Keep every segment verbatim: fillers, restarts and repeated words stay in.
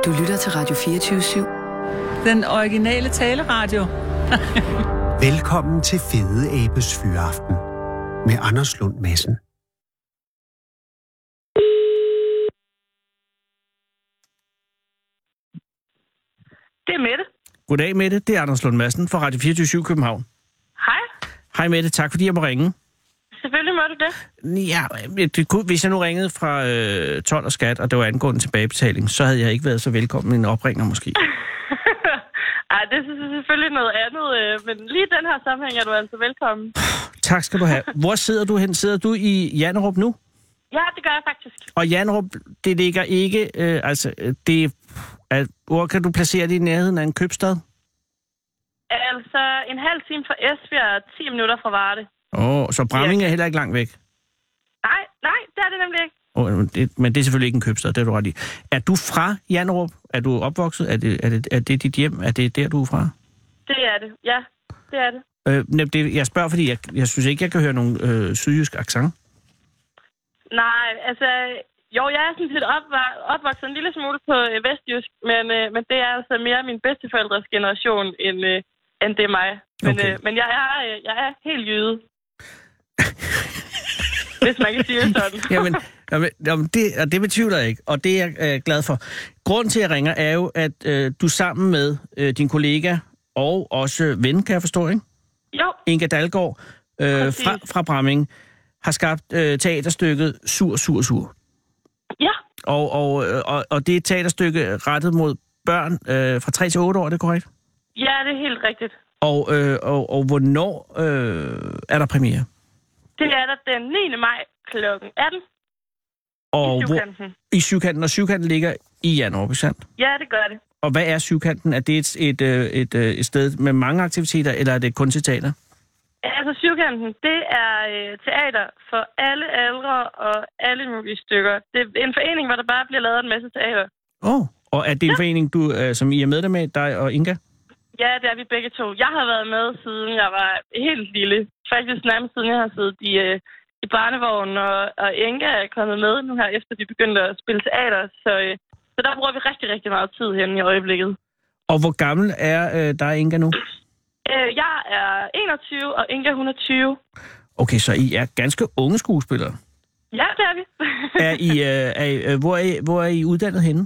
Du lytter til Radio fireogtyve syv. Den originale taleradio. Velkommen til Fede Abes Fyraften med Anders Lund Madsen. Det er Mette. Goddag, Mette. Det er Anders Lund Madsen fra Radio fireogtyve syv København. Hej. Hej, Mette. Tak fordi jeg må ringe. Selvfølgelig må du det. Ja, det kunne, hvis jeg nu ringede fra øh, told og skat, og det var angående tilbagebetaling, så havde jeg ikke været så velkommen en opringer måske. Ej, det er selvfølgelig noget andet, øh, men lige den her sammenhæng er du altså velkommen. Tak skal du have. Hvor sidder du hen? Sidder du i Janderup nu? Ja, det gør jeg faktisk. Og Janderup, det ligger ikke, øh, altså, det er, hvor kan du placere det i nærheden af en købstad? Altså, en halv time fra Esbjerg, ti minutter fra Varde. Åh, oh, så Bramming er heller ikke langt væk? Nej, nej, det er det nemlig ikke. Oh, det, men det er selvfølgelig ikke en købstad, det er du ret i. Er du fra Janderup? Er du opvokset? Er det, er det, er det dit hjem? Er det der, du er fra? Det er det, ja. Det er det. Øh, det jeg spørger, fordi jeg, jeg synes ikke, jeg kan høre nogen øh, sydjysk accent. Nej, altså... Jo, jeg er sådan set opva- opvokset en lille smule på øh, vestjysk, men, øh, men det er altså mere min bedsteforældres generation, end, øh, end det er mig. Men, okay. øh, men jeg, er, øh, jeg er helt jyde. Hvis man kan sige det sådan. Jamen, jamen, jamen det, og det betyder jeg ikke, og det er jeg øh, glad for. Grunden til, at jeg ringer, er jo, at øh, du sammen med øh, din kollega og også ven, kan jeg forstå, ikke? Jo. Inga Dalgaard øh, fra, fra Bramming har skabt øh, teaterstykket Sur, Sur, Sur. Ja. Og, og, og, og det er et teaterstykke rettet mod børn øh, fra tre til otte år, er det korrekt? Ja, det er helt rigtigt. Og, øh, og, og hvornår øh, er der premiere? Det er der den niende maj klokken atten og i Syvkanten. Hvor, I Syvkanten, og Syvkanten ligger i Janderup, ikke sandt? Ja, det gør det. Og hvad er Syvkanten? Er det et, et, et, et, et sted med mange aktiviteter, eller er det kun til teater? Altså, Syvkanten, det er øh, teater for alle aldre og alle mulige stykker. Det er en forening, hvor der bare bliver lavet en masse teater. Åh, oh, og er det en ja. forening, du, øh, som I er medlem med, dig og Inga? Ja, det er vi begge to. Jeg har været med, siden jeg var helt lille. Faktisk nærmest siden jeg har siddet i, øh, i barnevognen, og, og Inga er kommet med nu her, efter vi begyndte at spille teater. Så, øh, så der bruger vi rigtig, rigtig meget tid henne i øjeblikket. Og hvor gammel er øh, dig og Inga nu? Jeg er enogtyve, og Inga hun er tyve. Okay, så I er ganske unge skuespillere? Ja, det er vi. er I, øh, er I, øh, hvor, er I, hvor er I uddannet henne?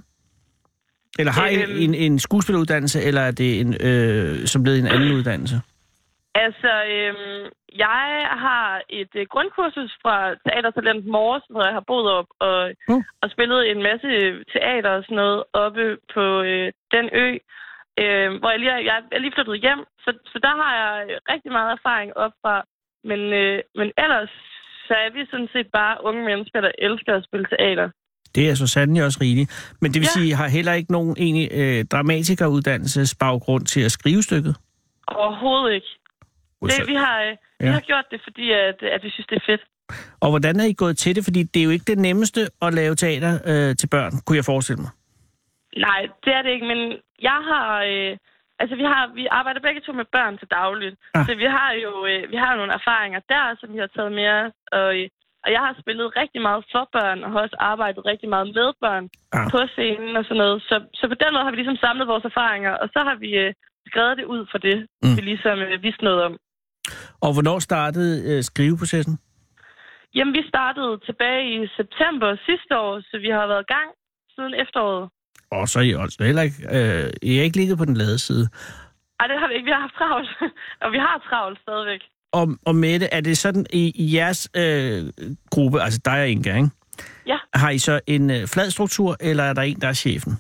Eller har I øhm, en, en skuespilleruddannelse, eller er det en, øh, som led i en anden uddannelse? Altså, øhm, jeg har et øh, grundkursus fra Teatertalent Mors, hvor jeg har boet op og, uh. og spillet en masse teater og sådan noget oppe på øh, den ø. Øh, hvor jeg lige, jeg er lige flyttet hjem, så, så der har jeg rigtig meget erfaring op fra. Men, øh, men ellers så er vi sådan set bare unge mennesker, der elsker at spille teater. Det er så sandelig også rigeligt. Men det vil ja. sige, I har heller ikke nogen egentlig øh, dramatikeruddannelsesbaggrund til at skrive stykket? Overhovedet ikke. Det, vi, har, øh, ja. vi har gjort det, fordi at, at vi synes, det er fedt. Og hvordan er I gået til det? Fordi det er jo ikke det nemmeste at lave teater øh, til børn, kunne jeg forestille mig. Nej, det er det ikke, men jeg har... Øh, altså, vi har vi arbejder begge to med børn til dagligt. Ah. Så vi har jo øh, vi har nogle erfaringer der, som vi har taget med os. Og, og jeg har spillet rigtig meget for børn, og har også arbejdet rigtig meget med børn ah. på scenen og sådan noget. Så, så på den måde har vi ligesom samlet vores erfaringer, og så har vi øh, skrevet det ud for det, mm. vi ligesom øh, vidste noget om. Og hvornår startede øh, skriveprocessen? Jamen, vi startede tilbage i september sidste år, så vi har været i gang siden efteråret. Og så er I også heller ikke, øh, I er ikke ligget på den lade side. Nej, det har vi ikke. Vi har haft travlt. Og vi har travlt stadigvæk. Og, og Mette, er det sådan, i, i jeres øh, gruppe, altså dig og Inga, ikke? Ja. Har I så en øh, flad struktur, eller er der en, der er chefen?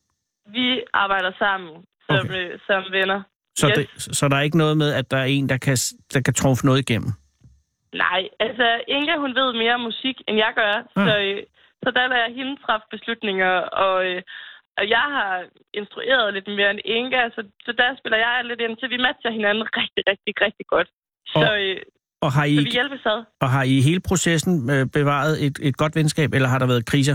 Vi arbejder sammen som, okay. øh, som venner. Så, yes. det, så, så der er ikke noget med, at der er en, der kan, der kan trumfe noget igennem? Nej, altså Inga, hun ved mere om musik, end jeg gør. Ah. Så, øh, så der lader jeg hende træffe beslutninger, og... Øh, Og jeg har instrueret lidt mere end Inga, så, så der spiller jeg lidt ind til, vi matcher hinanden rigtig, rigtig, rigtig godt. Så, og, øh, og har I, så vi hjælpes ad. Og har I hele processen øh, bevaret et, et godt venskab, eller har der været kriser?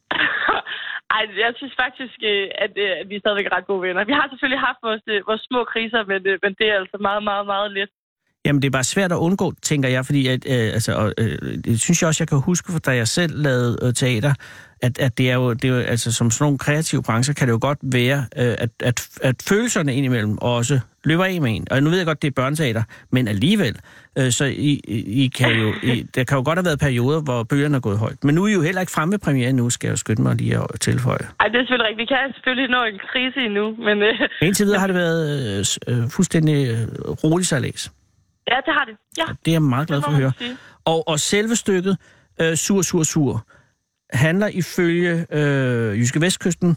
Ej, jeg synes faktisk, at, at vi er stadigvæk ret gode venner. Vi har selvfølgelig haft vores, vores små kriser, men, men det er altså meget, meget, meget let. Jamen, det er bare svært at undgå, tænker jeg, fordi at, øh, altså, og, øh, det synes jeg også, jeg kan huske, for da jeg selv lavede øh, teater, at, at det er jo, det er jo, altså som sådan nogle kreative brancher, kan det jo godt være, øh, at, at, at følelserne indimellem også løber af med en. Og nu ved jeg godt, det er børneteater, men alligevel, øh, så I, I kan jo, I, der kan jo godt have været perioder, hvor bølgerne er gået højt. Men nu er I jo heller ikke fremme ved premieren nu, skal jeg jo skynde mig lige at tilføje. Ej, det er selvfølgelig rigtigt. Vi kan selvfølgelig nå en krise endnu, men... Øh, Indtil videre har det været øh, fuldstændig øh, rolig sejlads. Ja, det har det. Ja. Det er jeg meget glad for at høre. Og, og selve stykket, øh, Sur, Sur, Sur, handler ifølge øh, Jyske Vestkysten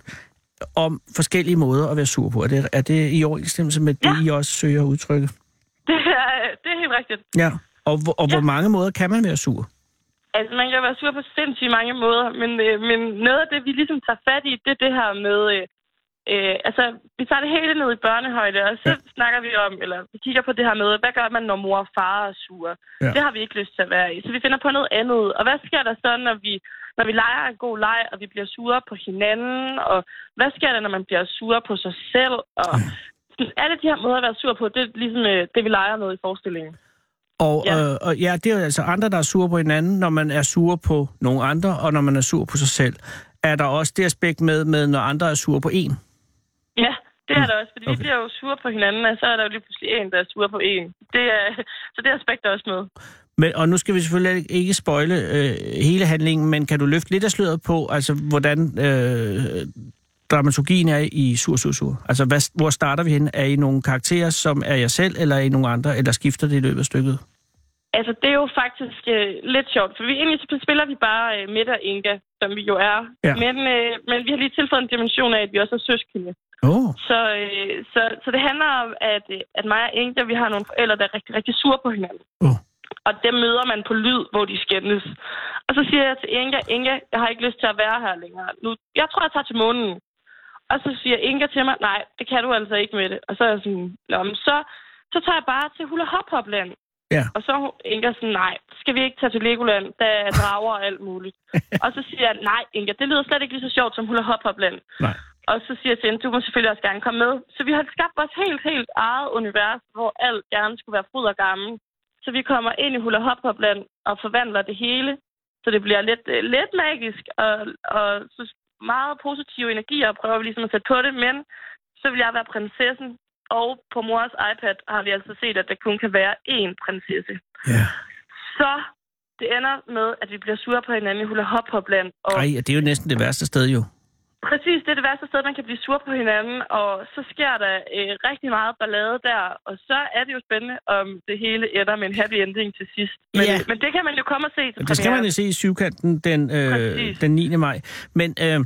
om forskellige måder at være sur på. Er det, er det i overensstemmelse med det, ja. I også søger at udtrykke? Det er, det er helt rigtigt. Ja, og, og ja. Hvor mange måder kan man være sur? Altså, man kan være sur på sindssygt mange måder, men, øh, men noget af det, vi ligesom tager fat i, det er det her med... Øh, Øh, altså, vi tager det hele ned i børnehøjde, og så ja. snakker vi om, eller vi kigger på det her med, hvad gør man, når mor og far er sure? Ja. Det har vi ikke lyst til at være i, så vi finder på noget andet. Og hvad sker der så, når vi, når vi leger en god leg, og vi bliver sure på hinanden? Og hvad sker der, når man bliver sure på sig selv? Og ja. alle de her måder at være sur på, det er ligesom det, vi leger med i forestillingen. Og ja. Øh, og ja, det er jo altså andre, der er sure på hinanden, når man er sure på nogle andre, og når man er sur på sig selv. Er der også det aspekt med, med når andre er sure på en? Ja, det er der også, fordi okay. vi bliver jo sure på hinanden, og så er der jo lige pludselig en, der er sure på en. Det er, så det aspekt er også med. Men, og nu skal vi selvfølgelig ikke spoile øh, hele handlingen, men kan du løfte lidt af sløret på, altså hvordan øh, dramaturgien er i Sur, Sur, Sur? Altså hvad, hvor starter vi hen? Er I nogle karakterer, som er jer selv, eller er I nogle andre, eller skifter det i løbet af stykket? Altså, det er jo faktisk øh, lidt sjovt, for vi egentlig så spiller vi bare øh, Mette og Inga, som vi jo er. Ja. Men, øh, men vi har lige tilføjet en dimension af, at vi også er søskende. Oh. Så, øh, så, så det handler om, at, at mig og Inga, vi har nogle forældre, der er rigtig, rigtig sure på hinanden. Oh. Og dem møder man på lyd, hvor de skændes. Og så siger jeg til Inga, Inga, jeg har ikke lyst til at være her længere. Nu, jeg tror, jeg tager til månen. Og så siger Inga til mig, nej, det kan du altså ikke med det. Og så er jeg sådan, nå, men så, så tager jeg bare til Hula Hop Hopland. Ja. Og så Inga sådan, nej, skal vi ikke tage til Legoland, der er drager og alt muligt. Og så siger jeg, nej Inga, det lyder slet ikke lige så sjovt som Hula Hop Hopland. Nej. Og så siger jeg til hende, du må selvfølgelig også gerne komme med. Så vi har skabt vores helt, helt eget univers, hvor alt gerne skulle være fryd og gammel. Så vi kommer ind i Hula Hop Hopland og forvandler det hele, så det bliver lidt, lidt magisk og, og så meget positive energier, og prøver vi ligesom at sætte på det. Men så vil jeg være prinsessen, og på mors iPad har vi altså set, at der kun kan være én prinsesse. Ja. Så det ender med, at vi bliver sure på hinanden i Hula Hop Hopland. Nej, det er jo næsten det værste sted jo. Præcis, det er det værste sted, man kan blive sur på hinanden, og så sker der øh, rigtig meget ballade der, og så er det jo spændende, om det hele ender med en happy ending til sidst. Men, ja. men det kan man jo komme og se til det skal man jo se i Syvkanten den, øh, den niende maj. Men, øh,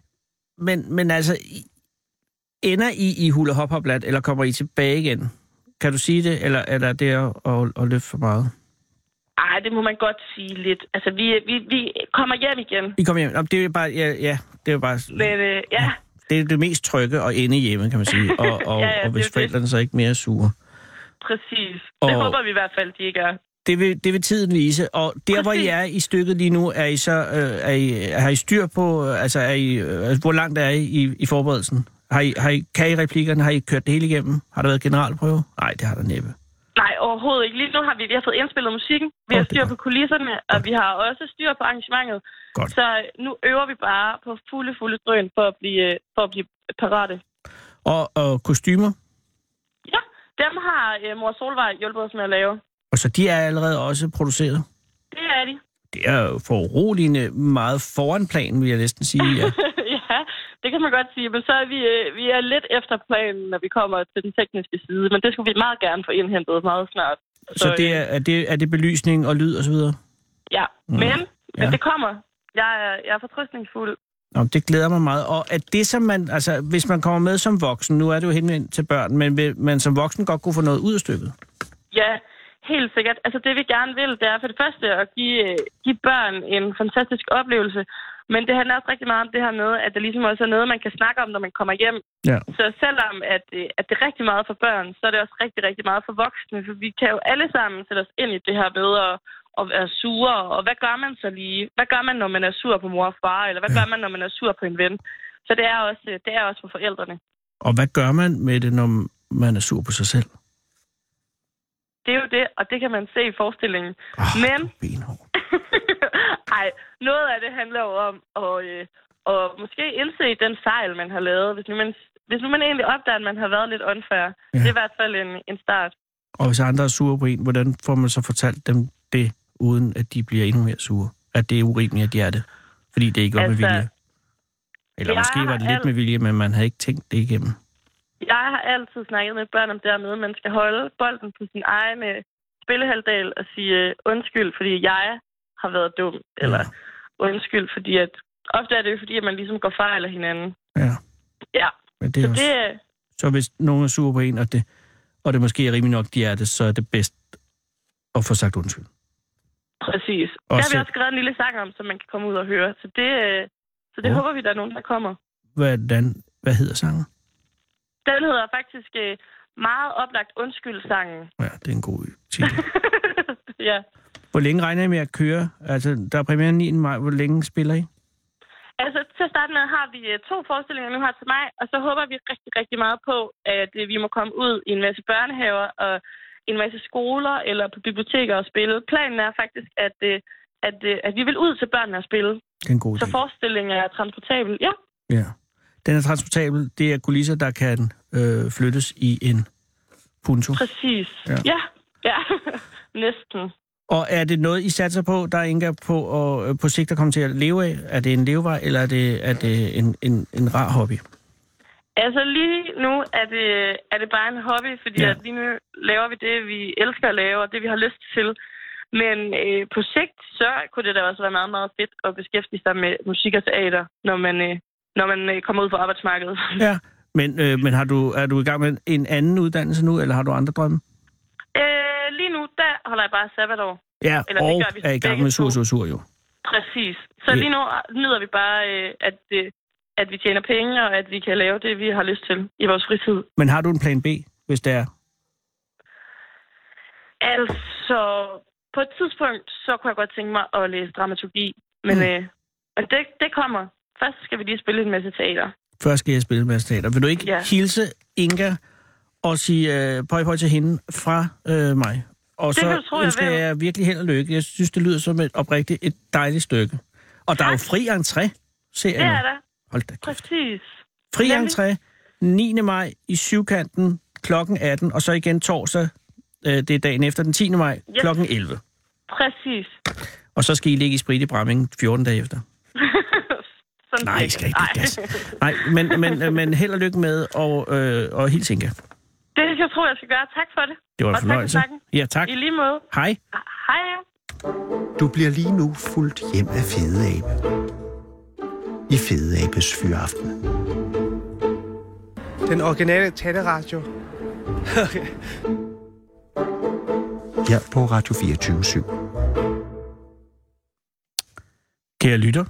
men, men altså, ender I i Hula Hop Hopland, eller kommer I tilbage igen? Kan du sige det, eller, eller er det at, at, at løfte for meget? Ej, det må man godt sige lidt. Altså, vi, vi, vi kommer hjem igen. I kommer hjem. Det er jo bare, ja, ja, det er jo bare... Men, øh, ja. Det er det mest trygge at ende hjemme, kan man sige. Og, og, ja, ja, og hvis forældrene det. så ikke mere sure. Præcis. Og det håber vi i hvert fald, de ikke er. Det vil, det vil tiden vise. Og der, Præcis. hvor I er i stykket lige nu, er I så... Øh, er I, har I styr på... Altså, er I, øh, hvor langt er I i, i forberedelsen? Har I, har I, kan I replikkerne? Har I kørt det hele igennem? Har der været generalprøve? Nej, det har der næppe. Nej, overhovedet ikke. Lige nu har vi, vi har fået indspillet musikken, vi har styr på kulisserne, og vi har også styr på arrangementet. Godt. Så nu øver vi bare på fulde, fulde drøn for at blive, for at blive parate. Og, og kostymer? Ja, dem har uh, mor Solvej hjulpet os med at lave. Og så de er allerede også produceret? Det er de. Det er jo foruroligende meget foran planen, vil jeg næsten sige. Ja. Ja, det kan man godt sige, men så er vi, vi er lidt efter planen, når vi kommer til den tekniske side, men det skulle vi meget gerne få indhentet meget snart. Så, så det er, er, det, er det belysning og lyd og så videre? Ja, mm. men, ja. men det kommer. Jeg er, jeg er fortrøstningsfuld. Nå, det glæder mig meget. Og at det, som man, altså, hvis man kommer med som voksen, nu er det jo henvendt til børn, men vil man som voksen godt kunne få noget ud af stykket? Ja, helt sikkert. Altså det vi gerne vil, det er for det første at give, give børn en fantastisk oplevelse. Men det handler også rigtig meget om det her med, at det ligesom også er noget, man kan snakke om, når man kommer hjem. Ja. Så selvom at, at det er rigtig meget for børn, så er det også rigtig, rigtig meget for voksne. For vi kan jo alle sammen sætte os ind i det her med at, at være sure. Og hvad gør man så lige? Hvad gør man, når man er sur på mor og far? Eller hvad ja. gør man, når man er sur på en ven? Så det er også, det er også for forældrene. Og hvad gør man med det, når man er sur på sig selv? det er jo det, og det kan man se i forestillingen. Oh, Men ej, noget af det handler jo om at, øh, at måske indse den fejl, man har lavet. Hvis nu man, hvis nu man egentlig opdager, at man har været lidt unfair. Ja. Det er i hvert fald en, en start. Og hvis andre er sure på en, hvordan får man så fortalt dem det, uden at de bliver endnu mere sure? At det er urimeligt, at de er det? Fordi det ikke var altså, med vilje? Eller måske var det lidt alt... med vilje, men man havde ikke tænkt det igennem? Jeg har altid snakket med børn om det med, at man skal holde bolden på sin egen spillehalvdel og sige undskyld, fordi jeg har været dum. Eller ja. undskyld, fordi at... Ofte er det jo fordi, at man ligesom går fejl af hinanden. Ja. Ja. Men det er så, også... det... så hvis nogen er sure på en, og det, og det måske er rimelig nok, de er det, så er det bedst at få sagt undskyld. Præcis. Også... Det har vi også skrevet en lille sang om, som man kan komme ud og høre. Så det, så det oh. håber vi, der er nogen, der kommer. Hvordan, hvad hedder sangen? Den hedder faktisk uh, meget oplagt undskyld-sangen. Ja, det er en god titel. Ja. Hvor længe regner I med at køre? Altså, der er premiere niende maj. Hvor længe spiller I? Altså, til at starte med har vi uh, to forestillinger nu her til mig, og så håber vi rigtig, rigtig meget på, at uh, vi må komme ud i en masse børnehaver og en masse skoler eller på biblioteker og spille. Planen er faktisk, at, uh, at, uh, at vi vil ud til børnene og spille. Det er en god idé. Så forestillingen er transportabel, ja. Ja. Den er transportabel. Det er kulisser, der kan øh, flyttes i en punto. Præcis. Ja, ja. ja. Næsten. Og er det noget, I satser på, der er Inga på, og, øh, på sigt at komme til at leve af? Er det en levevej, eller er det, er det en, en, en rar hobby? Altså lige nu er det, er det bare en hobby, fordi ja. at lige nu laver vi det, vi elsker at lave, og det, vi har lyst til. Men øh, på sigt, så kunne det da også være meget, meget fedt at beskæftige sig med musik og teater, når man... Øh, når man øh, kommer ud på arbejdsmarkedet. Ja, men, øh, men har du, er du i gang med en anden uddannelse nu, eller har du andre drømme? Øh, lige nu, der holder jeg bare sabbatår. Ja, eller, og det vi er i gang med sur, sur, sur, jo. Præcis. Så yeah. lige nu nyder vi bare, øh, at, øh, at vi tjener penge, og at vi kan lave det, vi har lyst til i vores fritid. Men har du en plan B, hvis det er? Altså, på et tidspunkt, så kunne jeg godt tænke mig at læse dramaturgi. Men mm. øh, det, det kommer. Først skal vi lige spille en masse teater. Først skal jeg spille en masse teater. Vil du ikke ja. hilse Inga og sige øh, pøj pøj til hende fra øh, mig? Og det så tro, ønsker jeg, jeg virkelig held og lykke. Jeg synes, det lyder som et oprigtigt et dejligt stykke. Og tak. Der er jo fri entré, ser jeg. Det er der. Hold da kæft. Præcis. Fri entré niende maj i Syvkanten klokken atten, og så igen torsdag, øh, det er dagen efter den tiende maj, yep. klokken elleve. Præcis. Og så skal I ligge i sprit i Bramming fjorten dage efter. Nej, jeg skal ikke blive gas. Nej, men, men, men held og lykke med, og, øh, og hils Inga. Det skal jeg tro, jeg skal gøre. Tak for det. Det var en fornøjelse. Tak ja, tak. I lige måde. Hej. Hej. Du bliver lige nu fuldt hjem af Fede Abe. I Fede Abes Fyraften. Den originale taleradio. Okay. Her på Radio fireogtyve syv. Kære lytter.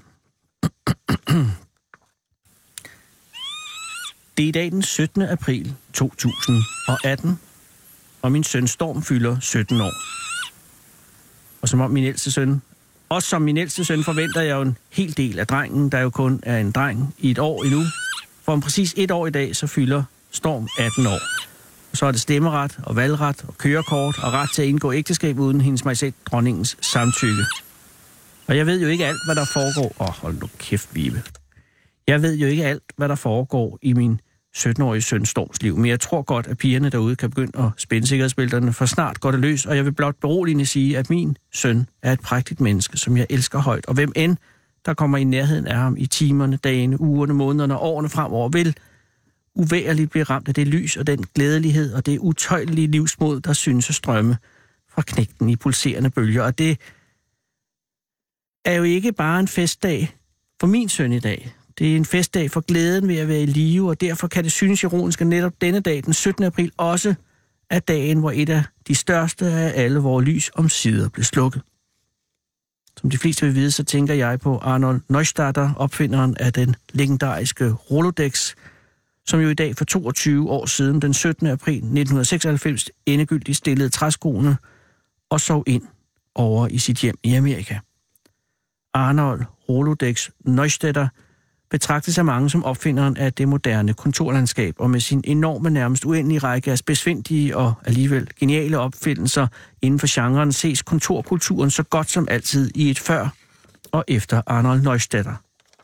Det er i dag den syttende april to tusind og atten, og min søn Storm fylder sytten år. Og som om min ældste søn, også som min ældste søn, forventer jeg jo en hel del af drengen, der jo kun er en dreng i et år endnu. For om præcis et år i dag, så fylder Storm atten år. Og så er det stemmeret og valgret og kørekort og ret til at indgå ægteskab uden hendes majestæt dronningens samtykke. Og jeg ved jo ikke alt, hvad der foregår... Åh, oh, hold nu kæft, Vibe. Jeg ved jo ikke alt, hvad der foregår i min sytten-årige søn Storms liv, men jeg tror godt, at pigerne derude kan begynde at spænde sikkerhedsbælterne, for snart går det løs, og jeg vil blot beroligende sige, at min søn er et prægtigt menneske, som jeg elsker højt, og hvem end, der kommer i nærheden af ham i timerne, dagene, ugerne, månederne og årene fremover, vil uværligt blive ramt af det lys og den glædelighed og det utøjelige livsmod, der synes at strømme fra knægten i pulserende bølger, og det er jo ikke bare en festdag for min søn i dag. Det er en festdag for glæden ved at være i live, og derfor kan det synes ironisk, at netop denne dag, den syttende april, også er dagen, hvor et af de største af alle vores lys omsider blev slukket. Som de fleste vil vide, så tænker jeg på Arnold Neustadter, opfinderen af den legendariske Rolodex, som jo i dag for toogtyve år siden, den syttende april nitten seksoghalvfems, endegyldigt stillede træskoene og sov ind over i sit hjem i Amerika. Arnold Rolodex Neustadter betragtes af mange som opfinderen af det moderne kontorlandskab, og med sin enorme, nærmest uendelige række af spidsfindige og alligevel geniale opfindelser inden for genren ses kontorkulturen så godt som altid i et før og efter Arnold Neustadter.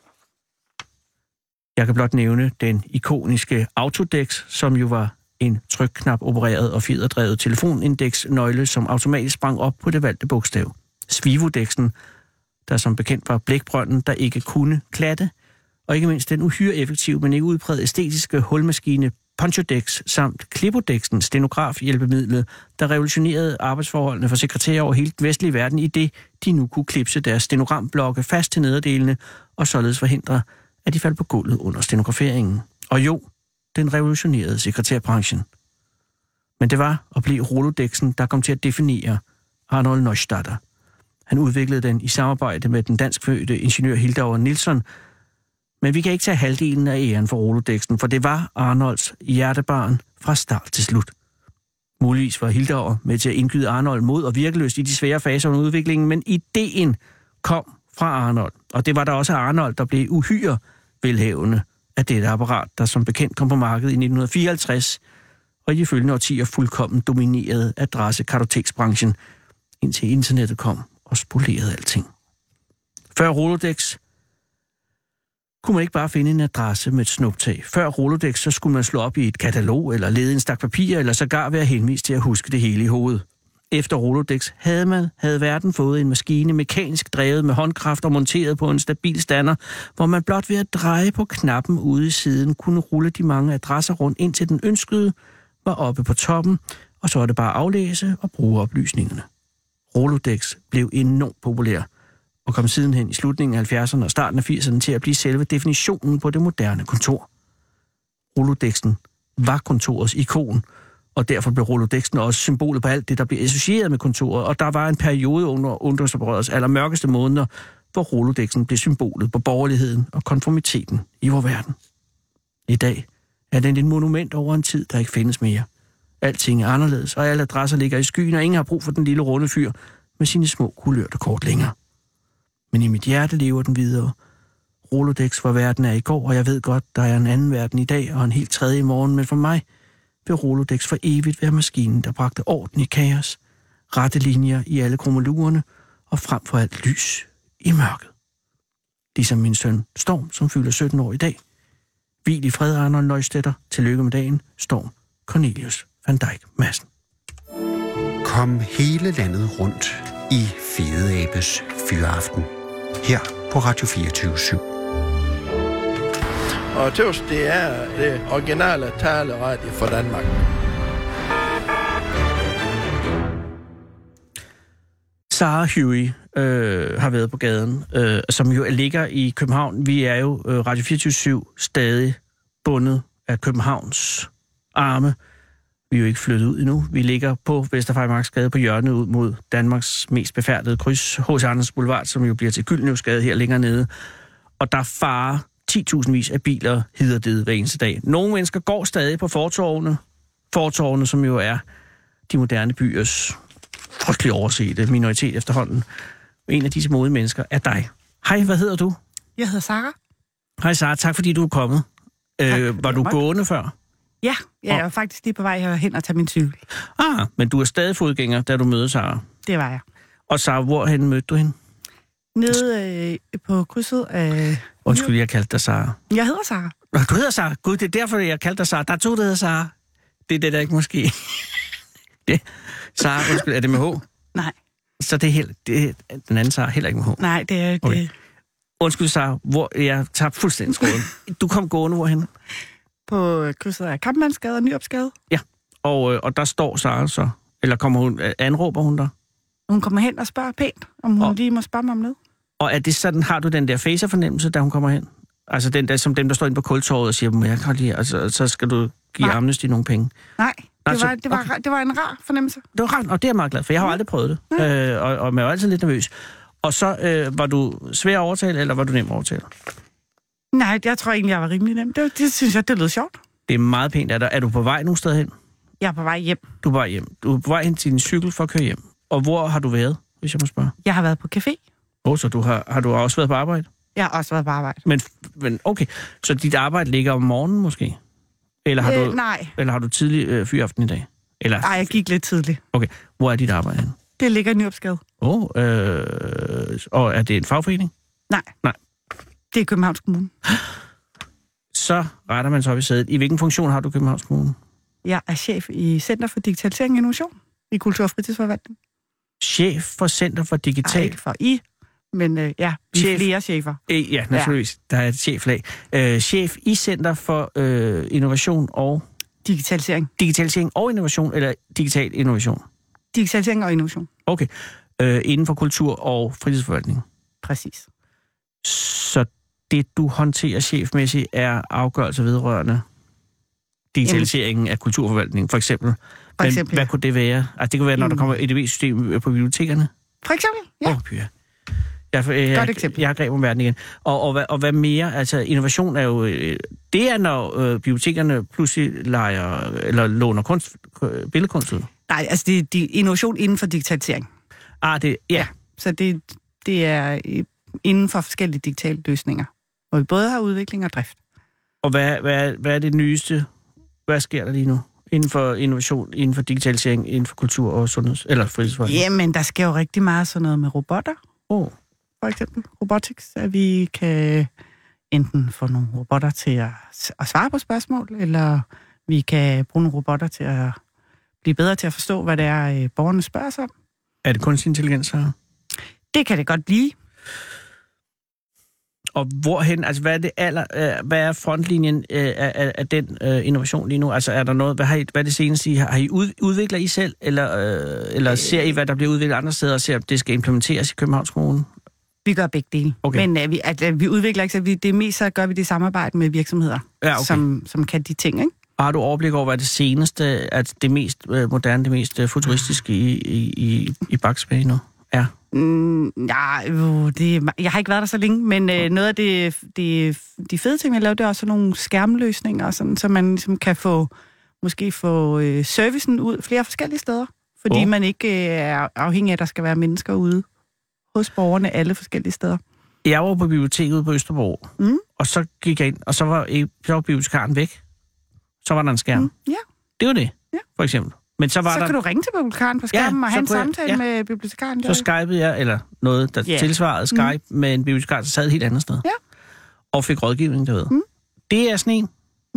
Jeg kan blot nævne den ikoniske Autodex, som jo var en trykknap-opereret og fjederdrevet telefonindeksnøgle, som automatisk sprang op på det valgte bogstav. Svivodexen, der som bekendt var blækbrønden, der ikke kunne klatte, og ikke mindst den uhyre effektive, men ikke udpræget æstetiske hulmaskine Ponchodex samt Clipodexen, stenografhjælpemidlet, der revolutionerede arbejdsforholdene for sekretærer over hele den vestlige verden, i det de nu kunne klipse deres stenogramblokke fast til nederdelene og således forhindre, at de faldt på gulvet under stenograferingen. Og jo, den revolutionerede sekretærbranchen. Men det var og blev Rolodexen, der kom til at definere Arnold Neustadter. Han udviklede den i samarbejde med den danskfødte ingeniør Hildauer Nielsen, men vi kan ikke tage halvdelen af æren for Rolodexen, for det var Arnolds hjertebarn fra start til slut. Muligvis var Hildauer med til at indgyde Arnold mod og virkelyst i de svære faser under udviklingen, men ideen kom fra Arnold, og det var der også Arnold, der blev uhyre velhavende af dette apparat, der som bekendt kom på markedet i nitten fireoghalvtreds, og i de følgende årtier fuldkommen dominerede adresse-kartoteksbranchen, indtil internettet kom og spolerede alting. Før Rolodex kunne man ikke bare finde en adresse med et snuptag. Før Rolodex, så skulle man slå op i et katalog, eller lede en stak papir, eller sågar være henvist til at huske det hele i hovedet. Efter Rolodex havde man, havde verden fået en maskine mekanisk drevet med håndkraft og monteret på en stabil stander, hvor man blot ved at dreje på knappen ude i siden kunne rulle de mange adresser rundt, indtil den ønskede var oppe på toppen, og så var det bare at aflæse og bruge oplysningerne. Rolodex blev enormt populær, og kom sidenhen i slutningen af halvfjerdserne og starten af firserne til at blive selve definitionen på det moderne kontor. Rolodexen var kontorets ikon, og derfor blev Rolodexen også symbolet på alt det, der blev associeret med kontoret, og der var en periode under undresoprørets allermørkeste måneder, hvor Rolodexen blev symbolet på borgerligheden og konformiteten i vor verden. I dag er den et monument over en tid, der ikke findes mere. Alting er anderledes, og alle adresser ligger i skyen, og ingen har brug for den lille runde fyr med sine små kulørte kort længere. Men i mit hjerte lever den videre. Rolodex var verden af i går, og jeg ved godt, der er en anden verden i dag og en helt tredje i morgen, men for mig vil Rolodex for evigt være maskinen, der bragte orden i kaos, rette linjer i alle kromolurerne og frem for alt lys i mørket. Ligesom min søn Storm, som fylder sytten år i dag. Hvil i fred, Arnold Neustadter. Tillykke med dagen, Storm Cornelius van Dijk Madsen. Kom hele landet rundt i Fede Abes Fyraften. Her på Radio fireogtyve syv. Og tøvs, det er det originale taleradio for Danmark. Sarah Huey øh, har været på gaden, øh, som jo ligger i København. Vi er jo øh, Radio fireogtyve syv stadig bundet af Københavns arme. Vi er jo ikke flyttet ud endnu. Vi ligger på Vesterfejmarksgade på hjørnet ud mod Danmarks mest befærdede kryds, H C Andersens Boulevard, som jo bliver til Gyldenløvsgade her længere nede. Og der farer ti tusindvis af biler hiderdede hver eneste dag. Nogle mennesker går stadig på fortovene, fortovene, som jo er de moderne byers frygtelig oversete minoritet efterhånden. En af disse modige mennesker er dig. Hej, hvad hedder du? Jeg hedder Sarah. Hej Sarah, tak fordi du er kommet. Øh, var du gående før? Ja, jeg er faktisk lige på vej hen og tage min cykel. Ah, men du er stadig fodgænger, da du møder Sarah. Det var jeg. Og Sarah, hvorhen mødte du hende? Nede øh, på krydset af... Undskyld, jeg kaldte dig Sarah. Jeg hedder Sarah. Nå, du hedder Sarah. Gud, det er derfor, jeg kaldte dig Sarah. Der er to, der hedder Sarah. Det er det, der ikke måske. det. Sarah, undskyld, er det med H? Nej. Så det er, helt, det er den anden Sarah heller ikke med H? Nej, det er det. Okay. Undskyld, Sarah, hvor jeg tager fuldstændig skåden. Du kom gående hvorhen? På krydset af Kampmannsgade og Nyopsgade. Ja, og, øh, og der står Sarah så. Eller kommer hun, anråber hun der? Hun kommer hen og spørger pænt, om hun og, lige må spørge mig om noget. Og er det sådan, har du den der facer-fornemmelse, da hun kommer hen? Altså den der, som dem, der står inde på Kultorvet og siger, jeg kan lige, altså, så skal du give Nej. Amnesty nogle penge. Nej, det, altså, var, det, var, okay. det var en rar fornemmelse. Det var rart, og det er jeg meget glad for. Jeg har jo aldrig prøvet det, øh, og, og man er jo altid lidt nervøs. Og så øh, var du svær at overtale, eller var du nem at overtale? Nej, jeg tror egentlig, jeg var rimelig nem. Det, det synes jeg, det lød sjovt. Det er meget pænt. Er, der, er du på vej nogen sted hen? Jeg er på vej hjem. Du er på vej hjem. Du er på vej hen til din cykel for at køre hjem. Og hvor har du været, hvis jeg må spørge? Jeg har været på café. Åh, oh, så du har, har du også været på arbejde? Jeg har også været på arbejde. Men, men okay, så dit arbejde ligger om morgenen måske? Eller har, Øh, du, nej. eller har du tidlig øh, fyraften i dag? Eller, Nej, jeg gik lidt tidligt. Okay, hvor er dit arbejde henne? Det ligger i Nyrupsgade. Åh, oh, øh, og er det en fagforening? Nej. Nej. Det er Københavns Kommune. Så retter man sig op i sædet. I hvilken funktion har du i Københavns Kommune? Jeg er chef i Center for Digitalisering og Innovation i Kultur- og Fritidsforvaltning. Chef for Center for Nej, Digital... ikke for I, men øh, ja, vi er Chef. flere chefer. Øh, ja, naturligvis. Ja. Der er et cheflag. Øh, chef i Center for øh, Innovation og... Digitalisering. Digitalisering og innovation, eller digital innovation? Digitalisering og innovation. Okay. Øh, inden for kultur og fritidsforvaltning. Præcis. Så det, du håndterer chefmæssigt, er afgørelser vedrørende digitaliseringen af kulturforvaltningen, for eksempel. For eksempel, Men, hvad ja. kunne det være? Altså, det kunne være, når der kommer et E D B-system på bibliotekerne? For eksempel, ja. Åh, oh, pyha. Jeg, jeg, Godt jeg, eksempel. jeg har greb om verden igen. Og, og, hvad, og hvad mere? Altså, innovation er jo... øh, Det er, når øh, bibliotekerne pludselig leger, eller låner kunst, øh, billedkunst ud. Nej, altså det er de innovation inden for digitalisering. Ah, det... Ja. Så det, det er øh, inden for forskellige digitale løsninger, hvor vi både har udvikling og drift. Og hvad, hvad, hvad er det nyeste? Hvad sker der lige nu? Inden for innovation, inden for digitalisering, inden for kultur og sundheds... Eller fritidsforvaltning? Jamen, der sker jo rigtig meget sådan noget med robotter. Oh. For eksempel robotics, at vi kan enten få nogle robotter til at, at svare på spørgsmål, eller vi kan bruge nogle robotter til at blive bedre til at forstå, hvad det er, borgerne spørger sig om. Er det kunstig intelligens her? Det kan det godt blive. Og hvorhen, altså hvad er det aller, øh, hvad er frontlinjen øh, af, af, af den øh, innovation lige nu? Altså er der noget, hvad, har I, hvad er det seneste, I har, har I ud, udvikler I selv, eller, øh, eller ser I, hvad der bliver udviklet andre steder, og ser, at det skal implementeres i Københavns Kommune? Vi gør begge dele. Okay. Men uh, vi, at, uh, vi udvikler ikke, så vi, det mest så gør vi det i samarbejde med virksomheder, Ja, okay. som, som kan de ting, ikke? Og har du overblik over, hvad det seneste, at det mest øh, moderne, det mest øh, futuristiske i, i, i, i Baksbæk nu er? Mm, ja, jo, det, jeg har ikke været der så længe, men øh, noget af det, det, de fede ting, jeg lavede, det er også sådan nogle skærmløsninger, sådan, så man ligesom kan få, måske få øh, servicen ud flere forskellige steder, fordi oh. man ikke øh, er afhængig af, at der skal være mennesker ude hos borgerne alle forskellige steder. Jeg var på biblioteket ude på Østerbro, Mm. og så gik jeg ind, og så var, så var bibliotekaren væk. Så var der en skærm. Mm, ja. Det var det, Ja. for eksempel. Men så var Så der... kan du ringe til bibliotekaren på skærmen Ja, og så have en kunne jeg- samtale ja. med bibliotekaren. Så skypede jeg, eller noget, der Ja. yeah. tilsvarede Skype, mm. med en bibliotekar, der sad et helt andet sted. Ja. Og fik rådgivning derved. Mm. Det er sådan en.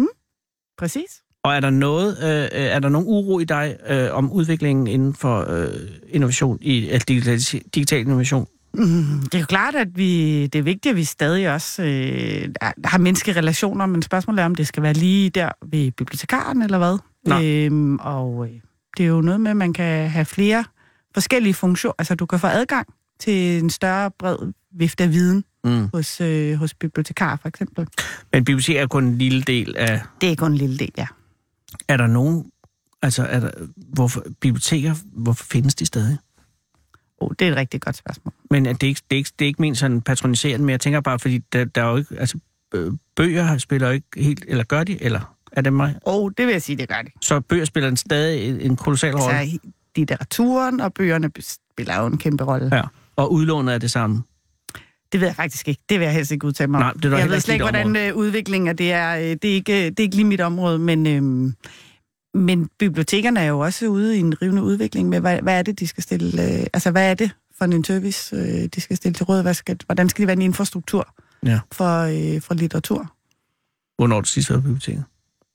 Præcis. Og er der noget, øh, er der nogen uro i dig øh, om udviklingen inden for øh, innovation, i altså digital, digital innovation? Mm, det er jo klart, at vi, det er vigtigt, at vi stadig også øh, har menneskelige relationer, men spørgsmålet er, om det skal være lige der ved bibliotekaren, eller hvad? Øhm, og øh, det er jo noget med, at man kan have flere forskellige funktioner. Altså, du kan få adgang til en større, bred vifte af viden Mm. hos, øh, hos bibliotekarer, for eksempel. Men bibliotek er kun en lille del af... Det er kun en lille del, ja. Er der nogen... Altså, er der, hvorfor, biblioteker, hvorfor findes de stadig? Oh, det er et rigtig godt spørgsmål. Men er det, ikke, det, er ikke, det er ikke ment sådan patroniserende, men jeg tænker bare, fordi der, der er jo ikke... Altså, bøger spiller jo ikke helt... Eller gør de? Eller er det mig? Og oh, det vil jeg sige, det gør det. Så bøger spiller en stadig en, en kolossal rolle? Altså, litteraturen og bøgerne spiller jo en kæmpe rolle. Ja. Og udlånet er det samme? Det ved jeg faktisk ikke. Det vil jeg helst ikke udtale mig om. Nej, det er da jeg heller ved ikke slet ikke, dit hvordan øh, udviklingen er. Det er, øh, det, er ikke, det er ikke lige mit område, men, øh, men bibliotekerne er jo også ude i en rivende udvikling med, hvad, hvad er det, de skal stille... Øh, altså, hvad er det for en service, øh, de skal stille til råd? Hvad skal, hvordan skal de være en infrastruktur ja. for, øh, for litteratur? Hvornår er du sidst været på biblioteket?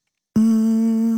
Mm,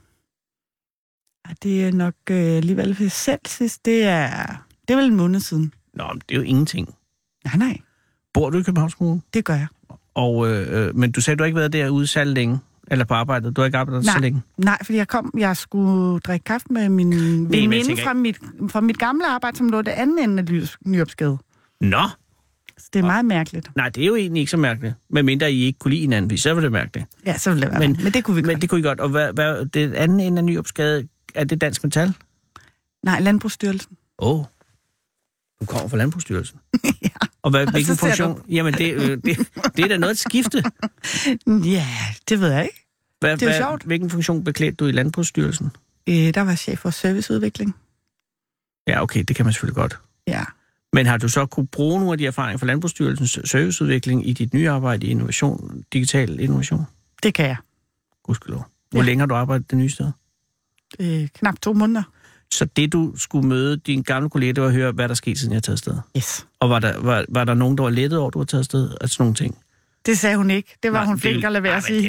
det er nok øh, alligevel for selv sidst. Det er, det er vel en måned siden. Nå, men det er jo ingenting. Nej, nej. Bor du i Københavns Kommune? Det gør jeg. Og, øh, men du sagde, du har ikke været derude særlig længe, eller på arbejdet. Du har ikke arbejdet Nej. så længe. Nej, fordi jeg kom, jeg skulle drikke kaffe med min veninde tænker fra mit, fra mit gamle arbejde, som lå det andet ende af Nyrupsgade. Nå! Så det er meget mærkeligt. Nej, det er jo egentlig ikke så mærkeligt. Medmindre I ikke kunne lide hinanden, fordi så var det mærkeligt. Ja, så ville det være. Men, Men, men det kunne vi Men godt. det kunne I godt. Og hvad, hvad, det andet ende af Nyrupsgade, er det Dansk Metal? Nej, Landbrugsstyrelsen. Åh. Oh. Du kommer fra Landbrugsstyrelsen. Ja. Og hvad, Og hvilken så ser funktion? Jamen, det, øh, det, det er da noget at skifte. Ja, det ved jeg ikke. Hvad, Det er jo hvad, sjovt. Hvilken funktion beklædte du i Landbrugsstyrelsen? Øh, der var jeg chef for serviceudvikling. Ja, okay, det kan man selvfølgelig godt. Ja. Men har du så kunne bruge nogle af de erfaringer fra Landbrugsstyrelsens serviceudvikling i dit nye arbejde i innovation, digital innovation? Det kan jeg. Gudskelov. Hvor ja. længe har du arbejdet det nye sted? Øh, knap to måneder. Så det, du skulle møde din gamle kollega, det var at høre, hvad der skete, siden jeg har taget afsted? Yes. Og var der, var, var der nogen, der var lettet over, du har taget afsted? Altså nogle ting? Det sagde hun ikke. Det var nej, hun flink at lade være at sige.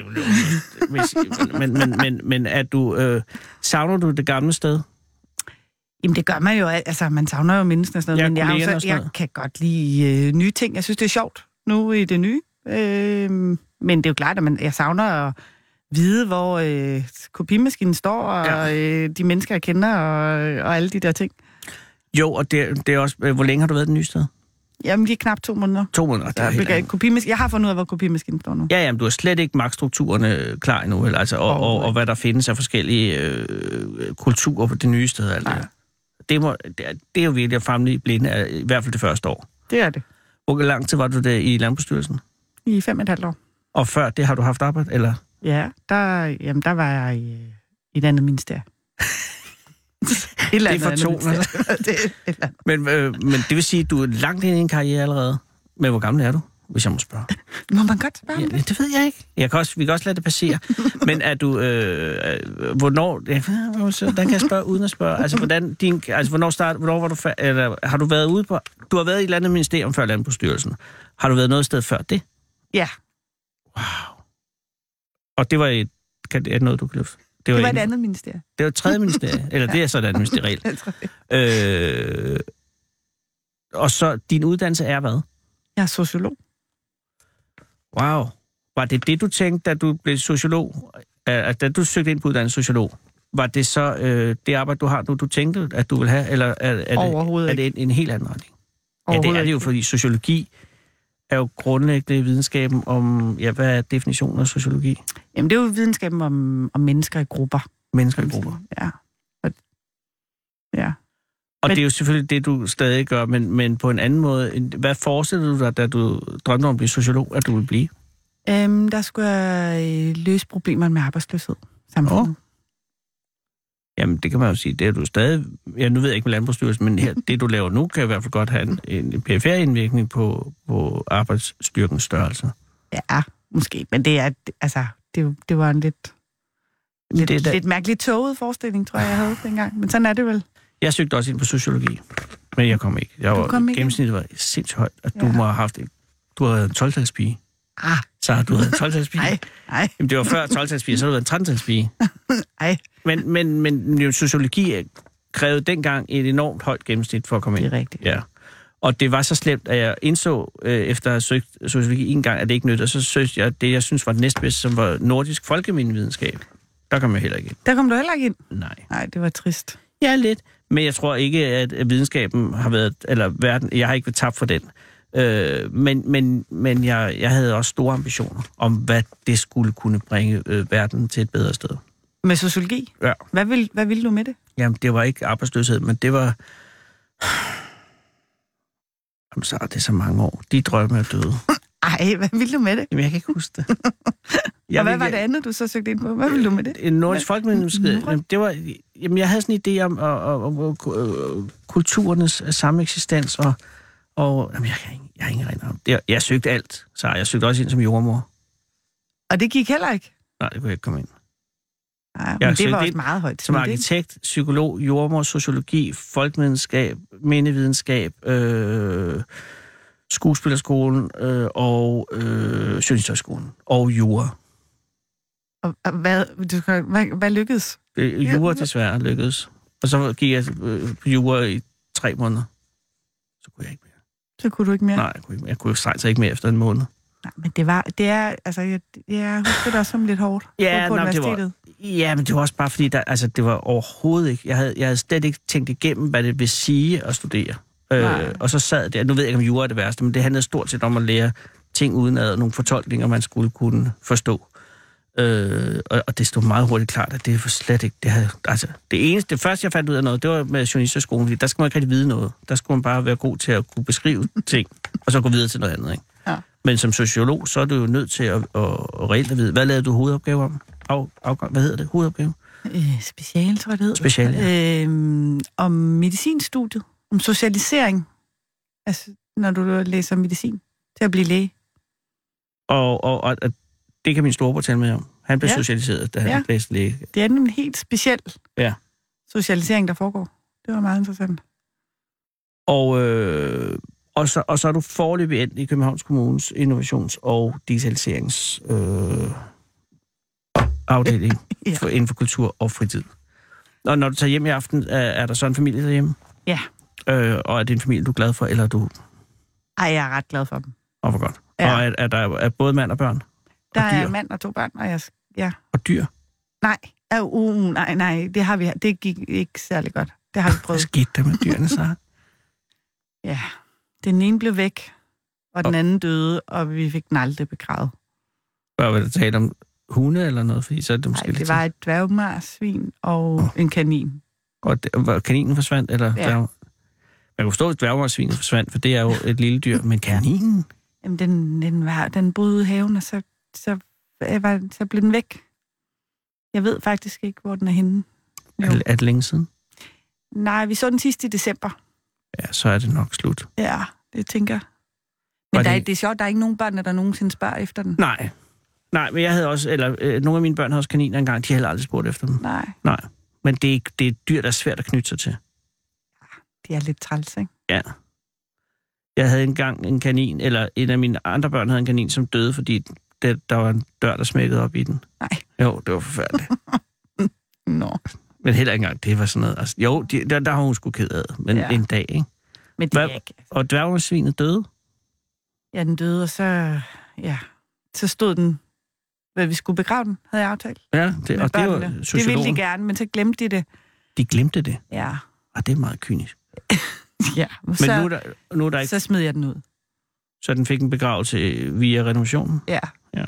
Men, men, men, men er du, øh, savner du det gamle sted? Jamen det gør man jo. Altså man savner jo mennesker og sådan noget. Ja, men jeg, kollegerne også, og sådan jeg noget. kan godt lide øh, nye ting. Jeg synes, det er sjovt nu i det nye. Øh, men det er jo klart, at man, jeg savner at vide, hvor øh, kopimaskinen står, og ja. øh, de mennesker, jeg kender, og, og alle de der ting. Jo, og det, det er også... Hvor længe har du været det nye sted? Jamen, lige knap to måneder. To måneder, det er helt jeg, kopimas- jeg har fundet ud af, hvor kopimaskinen står nu. Ja, jamen, du har slet ikke magtstrukturerne klar endnu, eller, altså, og, og, og, og hvad der findes af forskellige øh, kulturer på det nye sted. Altså. Det, må, det, er, det er jo virkelig at famle i blinde, i hvert fald det første år. Det er det. Hvor lang tid var du der i Landbrugsstyrelsen? I fem og et halvt år. Og før det har du haft arbejde, eller? Ja, der, jamen, der var jeg i, i et andet ministerie. Det er fortoner. men, øh, men det vil sige, at du er langt ind i en karriere allerede. Men hvor gammel er du, hvis jeg må spørge? Må man godt spørge ja, det? Det ved jeg ikke. Jeg kan også, vi kan også lade det passere. Men er du... Øh, øh, hvornår... Ja, den kan jeg spørge uden at spørge. Altså, hvordan din, altså hvornår, start, hvornår var du... Fær, eller, har du været ude på... Du har været i et eller andet ministerium før Landbrugsstyrelsen. Har du været noget sted før det? Ja. Wow. Og det var et... Kan, er det noget, du kan løfte? Det var, det var et andet ministerie. Det var et tredje ministerie, eller det er så et andet ministerie. øh, og så, din uddannelse er hvad? Jeg er sociolog. Wow. Var det det, du tænkte, da du blev sociolog? Da du søgte ind på uddannelse sociolog? Var det så øh, det arbejde, du har nu, du tænkte, at du vil have? Eller er, er Overhovedet det, er det en, en helt anden retning? Ja, det er det jo, fordi sociologi er jo grundlæggende videnskaben om, ja, hvad er definitionen af sociologi? Jamen, det er jo videnskaben om, om mennesker i grupper. Mennesker i grupper. Ja. Ja. Og men, det er jo selvfølgelig det, du stadig gør, men, men på en anden måde. Hvad forestillede du dig, da du drømte om at blive sociolog, at du ville blive? Øhm, der skulle jeg løse problemerne med arbejdsløshed. Samfundet. Oh. Jamen, det kan man jo sige. Det er du stadig... Ja, nu ved jeg ikke med Landbrugsstyrelsen, men her, det, du laver nu, kan i hvert fald godt have en, en perifer indvirkning på, på arbejdsstyrkens størrelse. Ja, måske. Men det er... Altså, det, det var en lidt... Lidt, det, lidt mærkeligt tåget forestilling, tror jeg, jeg havde dengang. Men sådan er det vel. Jeg søgte også ind på sociologi, men jeg kom ikke. Jeg var, kom ikke? Gennemsnittet var sindssygt højt, at du ja. må have haft... Du har været en tolv-talspige. Ah. Så har du været en tolv-talspige? Nej, nej. Jamen, det var før tolv-talspige, så har du været en tretten-talspige. Nej. Men, men, men jo, sociologi krævede dengang et enormt højt gennemsnit for at komme ind. Det er rigtigt. Ja. Og det var så slemt, at jeg indså, øh, efter at have søgt sociologi en gang, at det ikke nyttede. Og så søgte jeg det, jeg synes var det næstbedste, som var nordisk folkemindevidenskab. Der kom jeg heller ikke ind. Der kom du heller ikke ind? Nej. Nej, det var trist. Ja, lidt. Men jeg tror ikke, at videnskaben har været, eller verden, jeg har ikke været tabt for den. Øh, men men, men jeg, jeg havde også store ambitioner om, hvad det skulle kunne bringe øh, verden til et bedre sted. Med sociologi? Ja. Hvad vil, hvad ville du med det? Jamen, det var ikke arbejdsløshed, men det var... Jamen, så er det så mange år. De drømme er døde. Ej, hvad ville du med det? Jamen, jeg kan ikke huske det. Jeg og hvad var det andet, du så søgte ind på? Hvad ville du med det? En nordisk folkemindevidenskab. Det var... Jamen, jeg havde sådan en idé om, om, om, om, om kulturernes sameksistens, og... og jamen, jeg, jeg, jeg har ingen regner om det. Jeg, jeg søgte alt, så jeg søgte også ind som jordmor. Og det gik heller ikke? Nej, det kunne jeg ikke komme ind. Nej, men det var også meget højt. Som arkitekt, psykolog, jordmor, sociologi, folkevidenskab, mindevidenskab, øh, skuespillerskolen øh, og øh, Journalisthøjskolen og jura. Og, og hvad, du, hvad, hvad lykkedes? Øh, jura desværre lykkedes. Og så gik jeg øh, på jura i tre måneder. Så kunne jeg ikke mere. Så kunne du ikke mere? Nej, jeg kunne, jeg kunne strengt sig ikke mere efter en måned. Nej, men det var, det er, altså, jeg, jeg husker det også som lidt hårdt ja, på, på nej, universitetet. Det var, ja, men det var også bare fordi, der, altså, det var overhovedet ikke, jeg havde, jeg havde slet ikke tænkt igennem, hvad det vil sige at studere. Øh, og så sad det, nu ved jeg ikke, om jura er det værste, men det handlede stort set om at lære ting uden at nogle fortolkninger, man skulle kunne forstå. Øh, og, og det stod meget hurtigt klart, at det var slet ikke, det havde, altså, det eneste, det første, jeg fandt ud af noget, det var med Journalisthøjskolen, fordi der skulle man ikke rigtig vide noget. Der skulle man bare være god til at kunne beskrive ting, og så gå videre til noget andet, ikke? Ja. Men som sociolog, så er du jo nødt til at, at, at reelt at vide, hvad lavede du hovedopgave om? Af, afgang, hvad hedder det? Hovedopgave? Øh, special, tror jeg, det hedder. Special, ja. Øh, om medicinstudiet, om socialisering. Altså, når du læser medicin til at blive læge. Og, og, og, og det kan min storebror tale med om. Han blev ja. socialiseret, da han ja. læste læge. Det er en helt speciel ja. socialisering, der foregår. Det var meget interessant. Og, øh, og, så, og så er du foreløbig endt i Københavns Kommunes innovations- og digitaliserings øh, afdeling ja. for, inden for kultur og fritid. Og når du tager hjem i aften, er, er der så en familie derhjemme? Ja. Øh, og er det en familie, du er glad for, eller er du... Ej, jeg er ret glad for dem. Og hvor godt. Ja. Og er, er der er både mand og børn? Der og dyr? er mand og to børn, og jeg... Ja. Og dyr? Nej. Uh, uh, nej, nej, det har vi... Det gik ikke særlig godt. Det har vi prøvet. Hvad skete der med dyrene, så? Ja. Den ene blev væk, og den anden døde, og vi fik den aldrig begravet. Hvad var det tale om? Hunde eller noget? Fordi så er det måske Nej, det var et dværgmarsvin og oh. en kanin. Og det, var kaninen forsvandt? Eller ja. Dværg... Jeg kunne forstå, at dværgmarsvinet forsvandt, for det er jo et lille dyr. Men kaninen? Jamen, den, den, var, den boede i haven, og så, så, var, så blev den væk. Jeg ved faktisk ikke, hvor den er henne. Er det, er det længe siden? Nej, vi så den sidste i december. Ja, så er det nok slut. Ja, det tænker jeg. Men det... Der er, det er sjovt, der er ikke nogen børn, der nogensinde spørger efter den. Nej. Nej, men jeg havde også, eller øh, nogle af mine børn havde også kaniner engang, de havde heller aldrig spurgt efter dem. Nej. Nej, men det er, det er et dyr, der er svært at knytte sig til. Ja, de er lidt træls, ikke? Ja. Jeg havde engang en kanin, eller en af mine andre børn havde en kanin, som døde, fordi det, der var en dør, der smækkede op i den. Nej. Jo, det var forfærdeligt. Nå. Men heller ikke engang, det var sådan noget. Altså, jo, de, der, der har hun sgu ked af, men ja. En dag, ikke? Men det er ikke. Og dværgmarsvinet døde? Ja, den døde, og så, ja, så stod den, hvad vi skulle begrave den, havde jeg aftalt. Ja, det, og det var det ville de gerne, men så glemte de det. De glemte det? Ja. Og det er meget kynisk. Ja, men så, nu er der, nu er der ikke... så smed jeg den ud. Så den fik en begravelse via renovationen? Ja. Ja.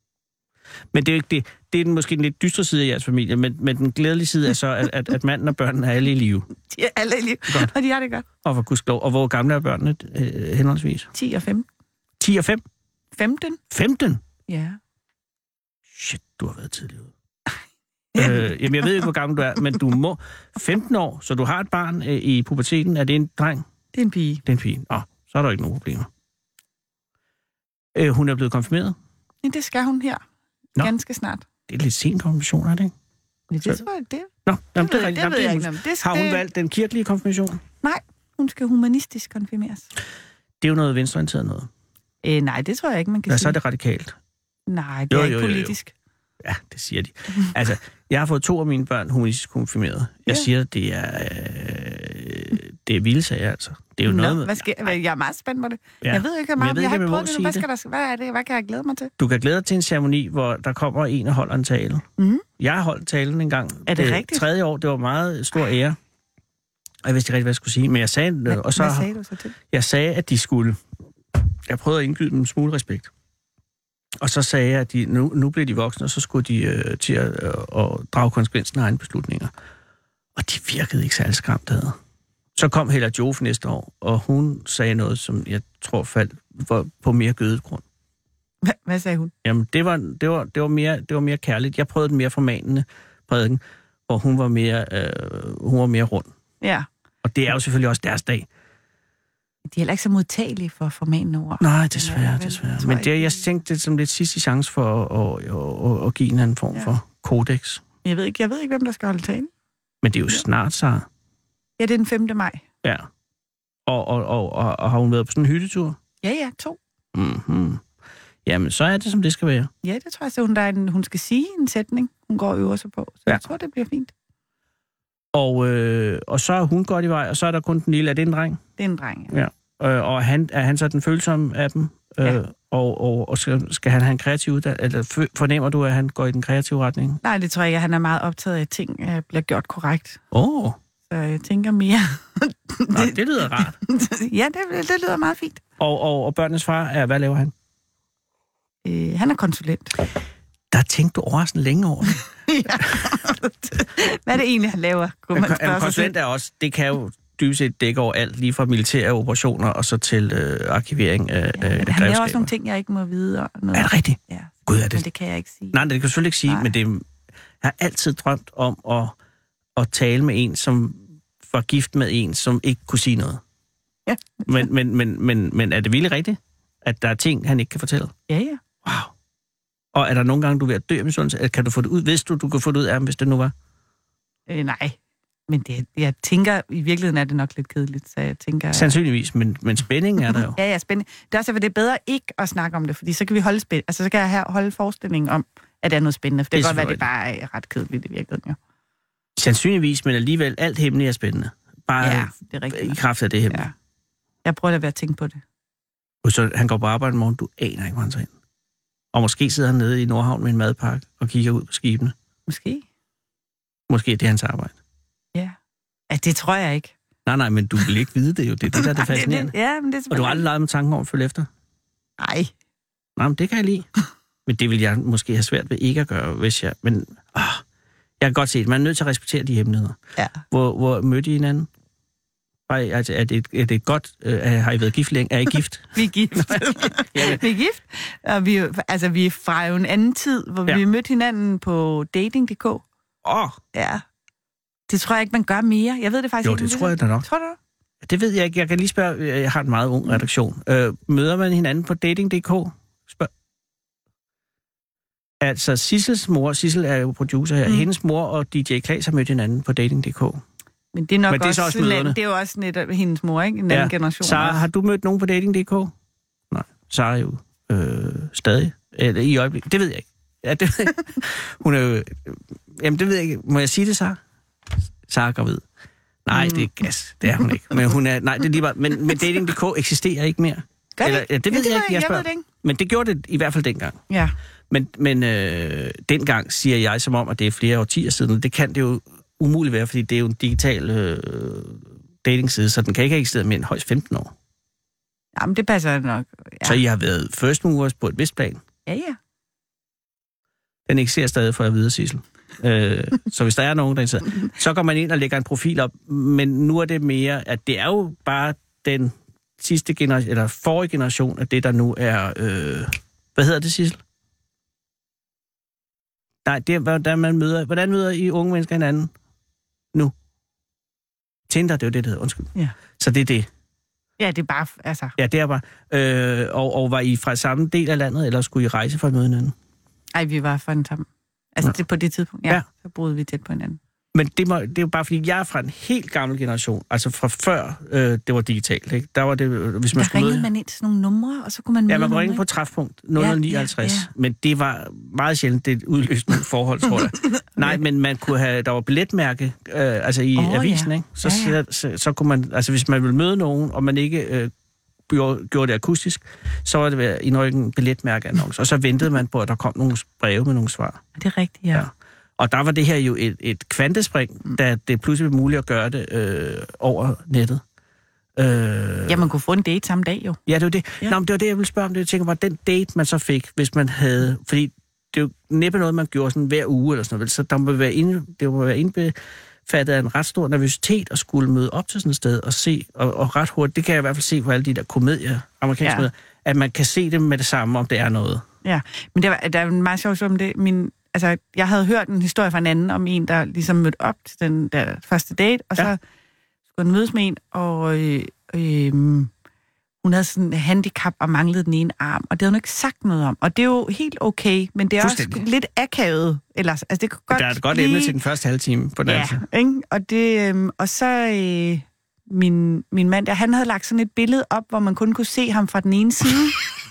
Men det er jo ikke det. Det er den, måske den lidt dystre side af jeres familie, men, men den glædelige side er så, at, at, at manden og børnene er alle i live. De er alle i live, godt. Og de har det godt. Og for gudskelov. Og hvor gamle er børnene øh, henholdsvis? ti og fem. ti og fem? femten. femten? Ja. Shit, du har været tidlig ude. øh, jamen, jeg ved ikke, hvor gammel du er, men du må... femten år, så du har et barn øh, i puberteten. Er det en dreng? Det er en pige. Det er en pige. Åh, så er der ikke nogen problemer. Øh, hun er blevet konfirmeret? Ja, det skal hun her. Nå. Ganske snart. Det er lidt sen konfirmation, er det ikke? Ja, det tror jeg, det. Nå, jamen, det, ved, det, det ved jeg ikke. Det skal... Har hun valgt den kirkelige konfirmation? Nej, hun skal humanistisk konfirmeres. Det er jo noget venstreorienteret noget. Øh, nej, det tror jeg ikke, man kan ja, sige. så er det radikalt. Nej, det jo, er ikke jo, jo, politisk. Jo. Ja, det siger de. Altså, jeg har fået to af mine børn humanistisk konfirmeret. Jeg ja. siger, det er øh, det er vilde sager, altså. Det er jo Nå, noget med... Hvad sker? Jeg er meget spændt på det. Ja. Jeg ved ikke, hvor meget jeg, jeg har ikke prøvet det. Hvad, skal det. der, hvad er det? Hvad kan jeg glæde mig til? Du kan glæde dig til en ceremoni, hvor der kommer en og holder en tale. Mm. Jeg har holdt talen en gang. Er det, det rigtigt? Tredje år, det var meget stor ære. Og jeg vidste ikke rigtig, hvad jeg skulle sige, men jeg sagde... Hvad, og så, hvad sagde du så til? Jeg sagde, at de skulle... Jeg prøvede at indgyde dem en smule respekt. Og så sagde jeg, at de, nu, nu blev de voksne, og så skulle de øh, til at, øh, at drage konsekvensen af egne beslutninger. Og de virkede ikke særlig skræmt havde. Så kom Hella Joof næste år, og hun sagde noget, som jeg tror faldt på mere gødet grund. Hvad, hvad sagde hun? Jamen, det var, det, var, det, var mere, det var mere kærligt. Jeg prøvede den mere formanende prædiken, hvor hun var mere, øh, hun var mere rund. Ja. Og det er jo selvfølgelig også deres dag. De er heller ikke så modtagelige for formanende ord. Nej, desværre, desværre. Men det, jeg tænkte det som lidt sidste chance for at, at, at, at give en anden form ja. for kodex. Jeg ved ikke, jeg ved ikke, hvem der skal holde talen. Men det er jo snart, så. Ja, det er den femte maj. Ja. Og, og, og, og, og har hun været på sådan en hyttetur? Ja, ja, to. Mhm. Jamen, så er det, som det skal være. Ja, det tror jeg, så hun, der er en, hun skal sige en sætning, hun går og øver sig på. Så ja. Jeg tror, det bliver fint. Og, øh, og så er hun godt i vej, og så er der kun den lille. Er det en dreng? Det er en dreng, ja. Ja. Øh, og han, er han så den følsomme af dem? Øh, ja. Og, og, og skal, skal han have en kreativ uddannelse? Eller fornemmer du, at han går i den kreative retning? Nej, det tror jeg ikke. Han er meget optaget af, at ting uh, bliver gjort korrekt. Åh. Oh. Så jeg tænker mere... Nå, det lyder rart. Ja, det, det lyder meget fint. Og, og, og børnenes far, er, hvad laver han? Øh, han er konsulent. Der tænkte du overraskende længe over det. Ja. Hvad er det egentlig, han laver? Kunne man en konsulent er også, det kan jo dybest set dække over alt, lige fra militære operationer og så til øh, arkivering af ja, øh, han laver også nogle ting, jeg ikke må vide. Og noget. Er det rigtigt? Ja. Gud, er det? Men det kan jeg ikke sige. Nej, det kan jeg selvfølgelig ikke sige, Nej. men det, jeg har altid drømt om at, at tale med en, som var gift med en, som ikke kunne sige noget. Ja. Men, men, men, men, men er det virkelig rigtigt, at der er ting, han ikke kan fortælle? Ja, ja. Wow. Og er der nogle gange, du er ved at dø med sådan, kan du få det ud, hvis du, du kan få det ud af ham, hvis det nu var? Øh, nej, men det, jeg tænker, i virkeligheden er det nok lidt kedeligt, så jeg tænker... Sandsynligvis, men, men spændingen er der jo. Ja, ja, spændende. Det er også derfor, det er bedre ikke at snakke om det, fordi så kan vi holde spænd... Altså, så kan jeg her holde forestillingen om, at det er noget spændende, for det, det kan godt være, at det bare er ret kedeligt i virkeligheden, jo. Sandsynligvis, men alligevel alt hemmeligt er spændende. Bare ja, det er rigtigt. I kraft af det hemmelige. Ja. Jeg prøver at være at tænke på det. Og så han går på arbejde i morgen, du aner ikke, hvor han tager ind. Og måske sidder han nede i Nordhavn med en madpakke og kigger ud på skibene. Måske. Måske er det hans arbejde. Ja. Ja, det tror jeg ikke. Nej, nej, men du vil ikke vide det jo. Det er det, der er det fascinerende. Ja, men det er og du har aldrig leget med tanken om at følge efter? Nej. Nej, men det kan jeg lide. Men det vil jeg måske have svært ved ikke at gøre, hvis jeg... Men åh, jeg kan godt se det. Man er nødt til at respektere de hemmeligheder. Ja. Hvor, hvor mødte I hinanden? Altså, er det, er det godt? Øh, har I været gift længe? Er I gift? Vi er gift. Ja. Vi er gift. Og vi, altså, vi er fra jo en anden tid, hvor ja. vi mødte hinanden på dating punktum d k. Åh! Oh. Ja. Det tror jeg ikke, man gør mere. Jeg ved det faktisk jo, ikke. Jo, det tror jeg da nok. Tror du? Det ved jeg ikke. Jeg kan lige spørge. Jeg har en meget ung redaktion. Øh, møder man hinanden på dating punktum d k? Spørg. Altså, Sissels mor, Sissel er jo producer her, mm. hendes mor og D J Klaas har mødt hinanden på dating punktum d k. Men det er nok Men det er også, også anden, det er jo også net hendes mor, ikke? En ja. anden generation. Sara, har du mødt nogen på dating punktum d k? Nej, Sara er jo øh, stadig. Eller i øjeblikket. Det ved jeg ikke. Ja, det ved jeg. Hun er jo... Jamen, det ved jeg ikke. Må jeg sige det, Sara? Sara er gravid. Nej, mm. det er gas. Det er hun ikke. Men hun er... Nej, det er lige bare... Men, men dating punktum d k eksisterer ikke mere. Gør det? Eller, ja, det ved ja, det jeg ikke. Jeg, jeg ved det ikke. Men det gjorde det i hvert fald dengang. Ja. Men, men øh, dengang siger jeg som om, at det er flere årtier siden. Det kan det jo umuligt være, fordi det er jo en digital øh, datingside, så den kan ikke have eksisteret mere end højst femten år. Jamen, det passer nok. Ja. Så I har været first movers på et vist plan? Ja, ja. Den eksisterer stadig, for at vide, Sissel. øh, så hvis der er nogen, der sidder, så går man ind og lægger en profil op. Men nu er det mere, at det er jo bare den sidste generation, eller forrige generation af det, der nu er... Øh, hvad hedder det, Sissel? Nej, det er, hvordan man møder... Hvordan møder I unge mennesker hinanden nu? Tinder, det er jo det, det hedder. Undskyld. Ja. Så det er det. Ja, det er bare... Altså. Ja, det er bare... Øh, og, og var I fra samme del af landet, eller skulle I rejse for at møde hinanden? Ej, vi var fra en sammen. Altså, ja. det, på det tidspunkt, ja, ja. Så boede vi tæt på hinanden. Men det, må, det er jo bare, fordi jeg er fra en helt gammel generation. Altså fra før øh, det var digitalt, ikke? Der var det, hvis man der skulle møde... ringede man ind til nogle numre, og så kunne man møde Ja, man kunne nogen, ringe på træfpunkt nul ni halvtreds. Ja, ja, ja. Men det var meget sjældent, det udløste nogle forhold, tror jeg. Nej, men man kunne have... Der var billetmærke, øh, altså i oh, avisen, ja. Ikke? Så, ja, ja. Så, så, så kunne man... Altså hvis man ville møde nogen, og man ikke... Øh, gjorde det akustisk, så var det i en billetmærkeannonce. Og så ventede man på, at der kom nogle breve med nogle svar. Det er rigtigt, ja. ja. Og der var det her jo et, et kvantespring, da det pludselig var muligt at gøre det øh, over nettet. Øh, ja, man kunne få en date samme dag jo. Ja, det var det. Ja. Nå, men det var det, jeg ville spørge om. Det. Jeg tænker bare, den date, man så fik, hvis man havde... Fordi det er jo næppe noget, man gjorde sådan hver uge eller sådan noget. Så der må være inde, det må være indbefattet af en ret stor nervøsitet at skulle møde op til sådan et sted og se, og, og ret hurtigt, det kan jeg i hvert fald se på alle de der komedier, amerikanske ja. Møder, at man kan se det med det samme, om det er noget. Ja, men der, var, der er meget sjovt om det. Min... Altså, jeg havde hørt en historie fra en anden om en, der ligesom mødte op til den der første date, og ja. så skulle han mødes med en, og øh, øh, hun havde sådan en handicap og manglede den ene arm, og det havde hun ikke sagt noget om. Og det er jo helt okay, men det er også lidt akavet. Ellers. Altså, det kan godt der er et godt lige... emne til den første halve time på den ja, ikke? Og, det, øh, og så øh, min, min mand der, han havde lagt sådan et billede op, hvor man kun kunne se ham fra den ene side.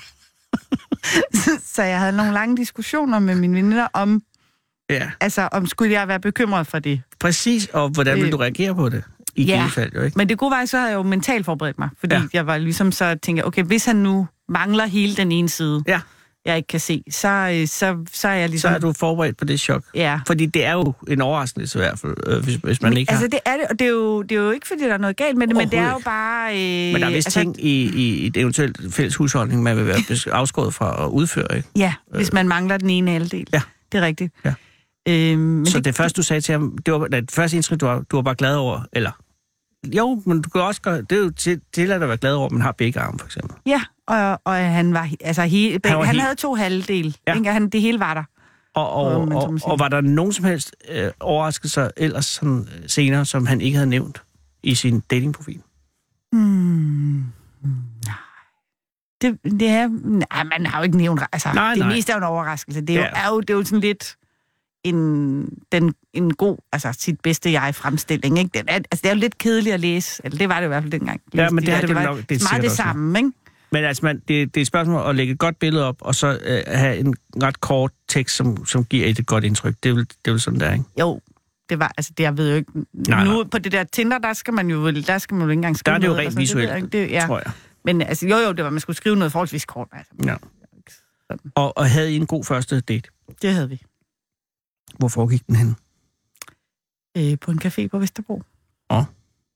Så jeg havde nogle lange diskussioner med mine veninder om, ja. altså, om skulle jeg være bekymret for det. Præcis, og hvordan vil du reagere på det? I ja, fald, jo ikke? Men det gode var, så havde jeg jo mentalt forberedt mig, fordi ja. jeg var ligesom så tænkte, okay, hvis han nu mangler hele den ene side, ja. jeg ikke kan se, så, så, så er jeg ligesom... Så er du forberedt på det chok. Ja. Fordi det er jo en overraskelse i hvert fald, hvis, hvis man men, ikke har... Altså, det er det, og det er, jo, det er jo ikke, fordi der er noget galt med det, men det er jo bare... Øh, men der er vist altså, ting i, i et eventuelt fælles husholdning, man vil være afskåret fra at udføre, ikke? Ja, øh. hvis man mangler den ene halvdel. Ja. Det er rigtigt. Ja. Øhm, men så det, det første, du sagde til ham, det var det første indtryk, du var, du var bare glad over, eller... Jo, men du kan også gøre, det er jo til, til at være glad over, at man har begge arme, for eksempel. Ja, og, og han var, altså, he, han, var han havde to halvdel. Ja. Ikke? Han, det hele var der. Og, og, og, og, og var der nogen som helst øh, overraskelser ellers sådan, senere, som han ikke havde nævnt i sin datingprofil? Hmm. Nej. Det, det er... Nej, man har jo ikke nævnt... Altså, nej, det nej. meste er jo en overraskelse. Det er, Ja. jo, er, jo, det er jo sådan lidt en, den, en god, altså sit bedste jeg-fremstilling, ikke? Det er, altså, det er jo lidt kedeligt at læse. Eller det var det i hvert fald dengang. Ja, men de det er der, det vel var nok- det er meget sikkert det også samme, ikke? Men altså, man, det, det er et spørgsmål at lægge et godt billede op, og så øh, have en ret kort tekst, som, som giver et, et godt indtryk. Det er vel, det er vel sådan, der, ikke? Jo, det var, altså det jeg ved jo ikke. Nej, nu nej. på det der Tinder, der skal man jo, der skal man jo ikke engang skrive Der er det jo noget, rent eller sådan, det ved visuelt, jeg ikke. Det, ja. tror jeg. Men altså, jo jo, det var, man skulle skrive noget forholdsvis kort. Altså. Ja. Og, og havde I en god første date? Det havde vi. Hvor foregik den hen? Øh, på en café på Vesterbro. Og,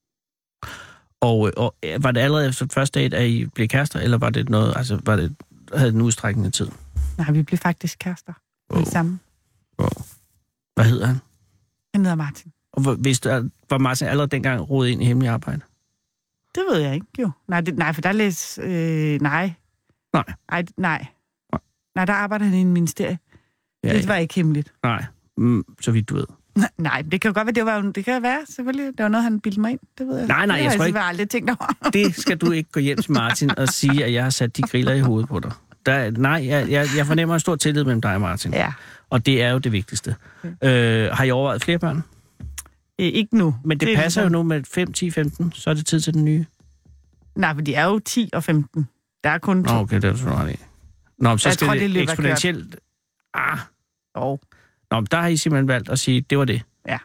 og, og var det allerede efter første date, at I blev kærester, eller var det noget, altså var det, havde den udstrækkende tid? Nej, vi blev faktisk kærester. Wow. Oh. Sammen. Wow. Hvad hedder han? Han hedder Martin. Og hvor- vidste du, var Martin allerede dengang rodet ind i hemmelig arbejde? Det ved jeg ikke, jo. Nej, det, nej for der læs... Øh, nej. Nej. Ej, nej. Nej. Nej, der arbejder han i en ministerie. Ja, Det var ikke hemmeligt. Nej, mm, så vidt du ved. Nej, nej, det kan jo godt være, det var jo- det kan være, selvfølgelig. Det var noget, han bildte mig ind. Det ved jeg. Nej, nej, det jeg har tror jeg ikke- aldrig tænkt over. Det skal du ikke gå hjem til Martin og sige, at jeg har sat de griller i hovedet på dig. Der, nej, jeg, jeg, jeg fornemmer en stor tillid mellem dig og Martin. Ja. Og det er jo det vigtigste. Øh, har I overvejet flere børn? Øh, ikke nu. Men det, det passer jo nu med fem, ti, femten, så er det tid til den nye. Nej, for de er jo ti og femten. Der er kun to. Nå, okay, det er du så ret i. Nå, men så Jeg skal tror, det, det løber eksponentielt... Ah, Og nå, men der har I simpelthen valgt at sige, det var det. ja.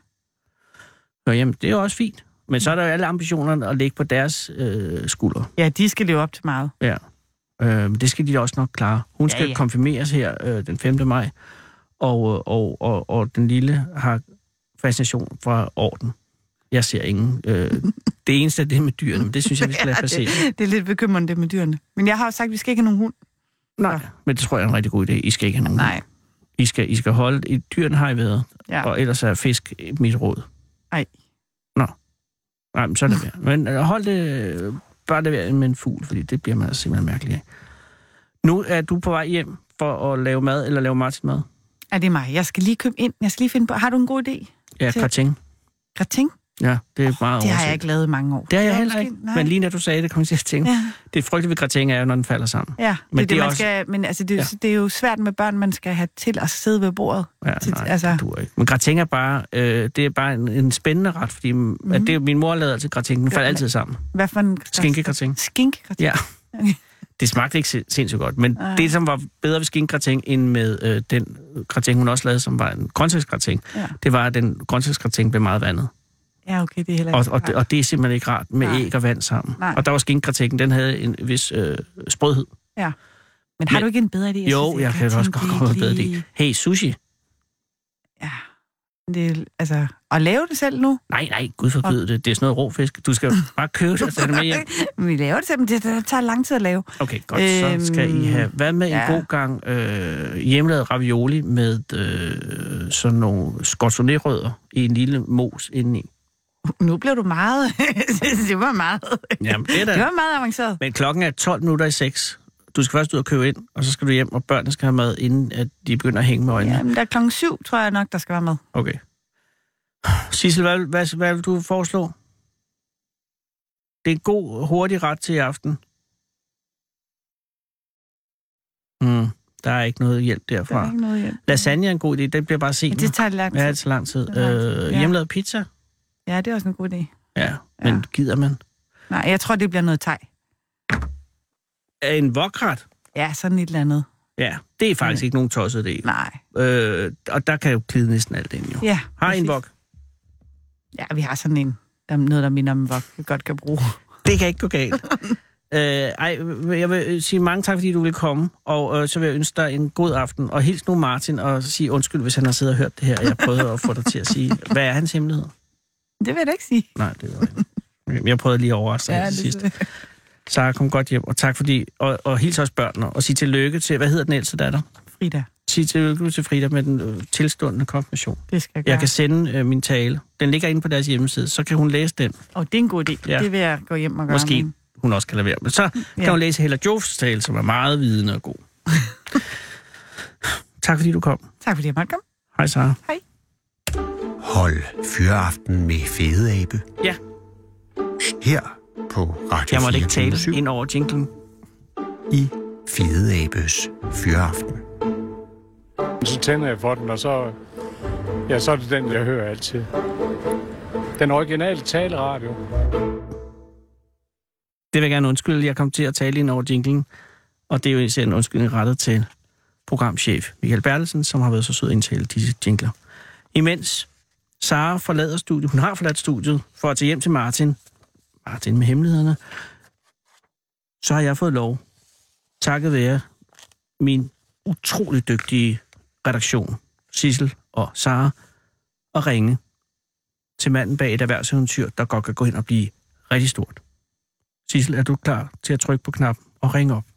Nå, jamen, det er jo også fint. Men så er der jo alle ambitionerne at lægge på deres øh, skuldre. Ja, de skal leve op til meget. Ja. Øh, men det skal de også nok klare. Hun skal Ja, ja. konfirmeres her øh, den femte maj, og, og, og, og den lille har fascination for orden. Jeg ser ingen. Øh, det eneste er det med dyrene, men det synes jeg, vi skal lade passere. det, det er lidt bekymrende, det med dyrene. Men jeg har jo sagt, at vi skal ikke have nogen hund. Nej, men det tror jeg er en rigtig god idé. I skal ikke have nogen. Nej. I skal, I skal holde... I, dyrene har I været, Ja. og ellers er fisk mit råd. Nej. Nå. Nej, men så er det værd. Men øh, hold det... Bare det værd med en fugl, fordi det bliver man altså simpelthen mærkelig af. Nu er du på vej hjem for at lave mad, eller lave Martin mad? Er det mig? Jeg skal lige købe ind. Jeg skal lige finde på... Har du en god idé? Ja, Til- gratin. Gratin? Ja, det er meget Det har overset. jeg ikke lavet i mange år. Det har jeg Ja, heller måske- ikke. nej. Men lige når du sagde det, kom jeg til at tænke, Ja. det frygtelige ved gratin er jo, når den falder sammen. Ja, det Men er det, det er man også- skal... Men altså, det, er, Ja. jo- det er jo svært med børn, man skal have til at sidde ved bordet. Ja, Til- nej, altså- det duer ikke. Men gratin er bare, øh, det er bare en, en spændende ret, fordi mm-hmm. at det, min mor lavede altid gratin, den faldt Ja, altid sammen. Hvad for en... Skinkegratin. Skinkegratin? Ja. Det smagte ikke sin- sindssygt godt, men Ej. det, som var bedre ved skinkegratin end med øh, den gratin, hun også lavede, som var en grøntsagsgratin, Ja. det var, at den grøntsagsgratin blev meget vandet. Ja, okay, det er heller Og, ikke og, det, og det er simpelthen ikke rart med Nej. æg og vand sammen. Nej. Og der var skinkegratinen, den havde en vis øh, sprødhed. Ja. Men har Men- du ikke en bedre idé? Jo, synes, jeg kan også godt komme med en bedre lige- idé. Hey, sushi. Ja. Det er, altså, at lave det selv nu? Nej, nej, gud forbyde det. Det er sådan noget råfisk. Du skal jo bare købe det og tage det med hjem. Men vi laver det selv, men det, det tager lang tid at lave. Okay, godt. Så skal I have... Hvad med ja. en god gang øh, hjemmelavet ravioli med øh, sådan nogle scorzonérødder i en lille mos indeni? Nu blev du meget... det var meget... Jamen, det er Det da... var meget avanceret. Men klokken er tolv minutter i seks. Du skal først ud og købe ind, og så skal du hjem, og børnene skal have mad, inden at de begynder at hænge med øjnene. Ja, men der er klokken syv, tror jeg nok, der skal være med. Okay. Sissel, hvad, hvad, hvad vil du foreslå? Det er en god, hurtig ret til i aften. Mm, der er ikke noget hjælp Der er derfra. ikke noget hjælp. Lasagne er en god idé, det bliver bare Ja, sent. det tager lang tid. Ja, det tager lang tid. Det tager lang tid, Øh, ja. hjemmelavet pizza? Ja, det er også en god idé. Ja, men Ja. gider man? Nej, jeg tror, det bliver noget thai. En wokret? Ja, sådan et eller andet. Ja, det er faktisk ikke nogen tosset idé. Nej. Øh, og der kan jo glide næsten alt ind, jo. Ja, Har I en præcis. wok? Ja, vi har sådan en. Der er noget, der minder om en wok, vi godt kan bruge. Det kan ikke gå galt. øh, ej, jeg vil sige mange tak, fordi du vil komme, og øh, så vil jeg ønske dig en god aften. Og hils nu Martin, og sige undskyld, hvis han har siddet og hørt det her. Jeg prøvede at få dig til at sige, hvad er hans hemmelighed? Det vil jeg da ikke sige. Nej, det var ikke. Okay, jeg prøvede lige at overraske dig Ja, til sidst. det Sara, kom godt hjem, og tak fordi, og, og hils også børnene, og sig tillykke til, hvad hedder den ældste datter? Frida, Sig tillykke til Frida med den øh, tilstående konfirmation. det skal jeg gøre. Jeg kan sende øh, min tale. Den ligger inde på deres hjemmeside, så kan hun læse den. Og det er en god idé. Ja. Det vil jeg gå hjem og gøre. Måske men- hun også kan lade være. Men så kan Ja. hun læse Hella Jofs tale, som er meget vidende og god. Tak fordi du kom. Tak fordi jeg måtte komme. Hej Sara. Hej. Hold Fyraften med Fede Abe. Ja. Her på Radio Jeg måtte ikke tale fireogtyve syv ind over jinglen. i Fede Abes Fyraften. Så tænder jeg for den, og så, ja, så er det den, jeg hører altid. Den originale taleradio. Det vil jeg gerne undskylde. Jeg kom til at tale ind over jinglen, og det er jo især en undskyldning rettet til programchef Michael Bertelsen, som har været så sød at indtale disse jingler. Imens Sara forlader studiet, hun har forladt studiet for at tage hjem til Martin, Martin med hemmelighederne, så har jeg fået lov, takket være min utrolig dygtige redaktion, Sissel og Sara, at ringe til manden bag et erhvervseventyr, der godt kan gå ind og blive rigtig stort. Sissel, er du klar til at trykke på knappen og ringe op?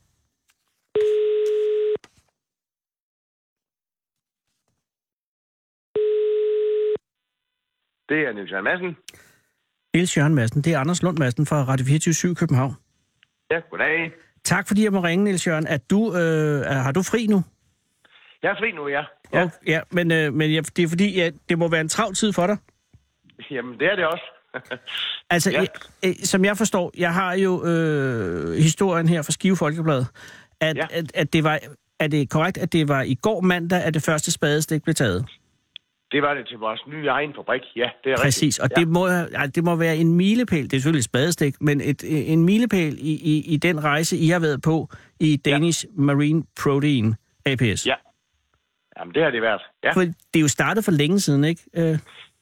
Det er Niels Jørgen Madsen. Niels Jørgen Madsen, det er Anders Lund Madsen fra Radio fireogtyve syv København. Ja, goddag. Tak fordi jeg må ringe, Niels Jørgen. Er du, øh, har du fri nu? Jeg er fri nu, ja. Ja, okay, ja men, øh, men ja, det er fordi, ja, det må være en travl tid for dig. Jamen, det er det også. Altså, ja. jeg, som jeg forstår, jeg har jo øh, historien her fra Skive Folkeblad, at, ja. at, at det var, er det korrekt, at det var i går mandag, at det første spadestik blev taget? Det var det til vores nye egen fabrik, ja, det er Præcis, rigtigt. og ja. det, må, det må være en milepæl, det er selvfølgelig et spadestik, men et, en milepæl i, i, i den rejse, I har været på i Danish ja. Marine Protein A P S. Ja, jamen det har det været, ja. For det er jo startet for længe siden, ikke? Øh,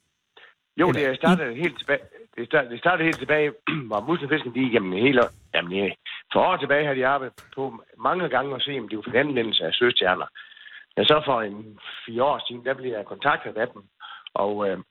jo, det er startet I... helt tilbage. Det startede, det startede helt tilbage, hvor musselfisken, de gennem hele jamen, for år tilbage har de arbejdet på mange gange at se, om de kunne få anvendelse af søstjerner. Men så for en fire år siden, der blev jeg kontaktet af dem, og øh,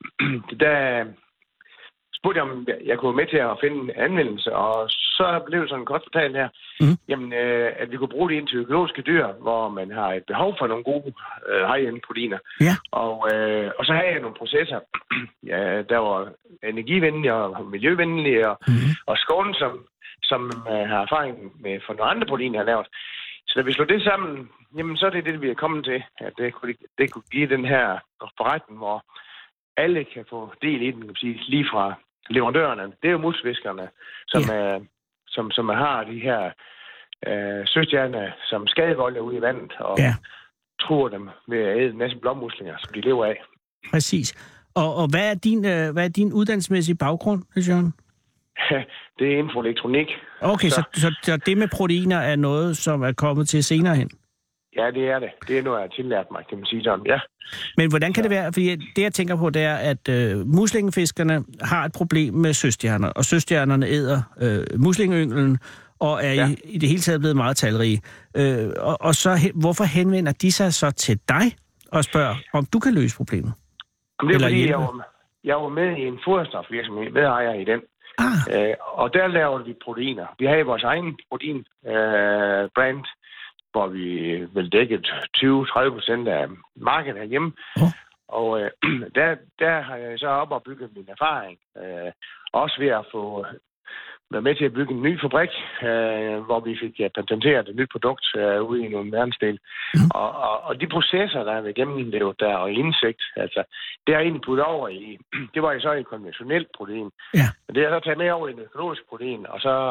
der spurgte jeg, om jeg kunne være med til at finde en anvendelse, og så blev det sådan godt fortalt her, mm. jamen, øh, at vi kunne bruge det ind til økologiske dyr, hvor man har et behov for nogle gode øh, high-end proteiner. Ja. Og, øh, og så havde jeg nogle processer, ja, der var energivenlige og miljøvenlige og, mm. og skålen, som, som øh, har erfaring med for nogle andre proteiner, jeg har lavet. Så da vi slår det sammen, jamen så er det det, vi er kommet til, at det kunne, det kunne give den her forretning, hvor alle kan få del i den, kan sige, lige fra leverandørerne. Det er jo musfiskerne, som, ja. er, som, som har de her øh, søstjerner, som skadevolder ude i vandet, og ja. truer dem ved at æde en masse blåmuslinger, som de lever af. Præcis. Og, og hvad, er din, øh, hvad er din uddannelsesmæssige baggrund, Jørgen? Det er inden for elektronik. Okay, så. Så, så, så det med proteiner er noget, som er kommet til senere hen? Ja, det er det. Det er noget, jeg har tillært mig, kan man sige sådan, ja. Men hvordan kan det være? Fordi det, jeg tænker på, det er, at øh, muslingefiskerne har et problem med søstjerner, og søstjernerne æder øh, muslingeynglen, og er ja. i, i det hele taget blevet meget talrige. Øh, og, og så, hvorfor henvender de sig så til dig og spørger, om du kan løse problemet? Jamen, det er fordi, jeg var, jeg var med i en foderstofvirksomhed, medejer i den. Ah. Øh, og der laver vi proteiner. Vi har vores egen protein øh, brand, hvor vi vil dække tyve til tredive procent af markedet herhjemme. Oh. Og øh, der, der har jeg så op og bygget min erfaring. Øh, også ved at få været med til at bygge en ny fabrik, øh, hvor vi fik ja, patenteret et nyt produkt øh, ude i nogle verdensdel. Mm. Og, og, og de processer, der er ved gennemlevet der, og indsigt, altså, det har jeg egentlig puttet over i. Det var jo så et konventionelt protein. Ja. Men det har jeg så taget med over i en økologisk protein, og så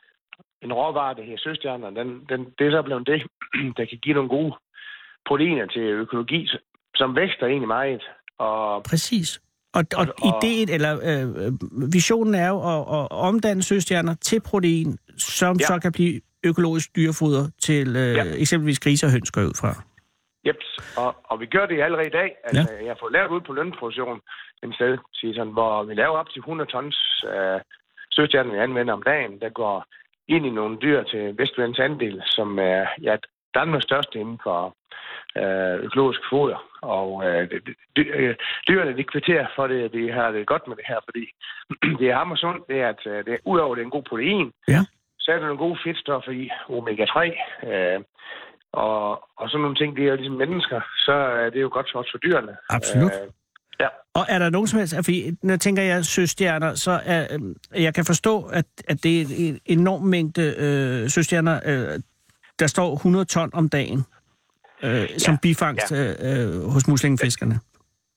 en råvare, det her søstjerner, den, den, det er så blevet det, der kan give nogle gode proteiner til økologi, som vækster egentlig meget. Og, præcis. Og, og, og ideen, eller øh, visionen er jo at, at omdanne søstjerner til protein, som ja. så kan blive økologisk dyrefoder til øh, ja. eksempelvis grise og høns går ud fra. Yep. Og, og vi gør det allerede i dag. Altså, ja. Jeg har fået lavet ud på lønproduktion en sted, sådan, hvor vi laver op til hundrede tons øh, søstjerner, vi anvender om dagen, der går ind i nogle dyr til Vestjyllands andel, som er ja, Danmarks største inden for øh, økologisk foder. Og øh, dyrene, de kvitterer for det, vi har det godt med det her, fordi det er hammer sundt, det er, at det er, udover det er en god protein, ja. så er der nogle gode fedtstoffer i, omega tre, øh, og, og sådan nogle ting, det er jo ligesom mennesker, så er det jo godt for os for dyrene. Absolut. Øh, Ja. Og er der nogen som helst, fordi når jeg tænker jeg søstjerner, så er, øh, jeg kan forstå, at, at det er en enorm mængde øh, søstjerner, øh, der står hundrede ton om dagen, øh, som ja. bifangst ja. Øh, hos muslingefiskerne.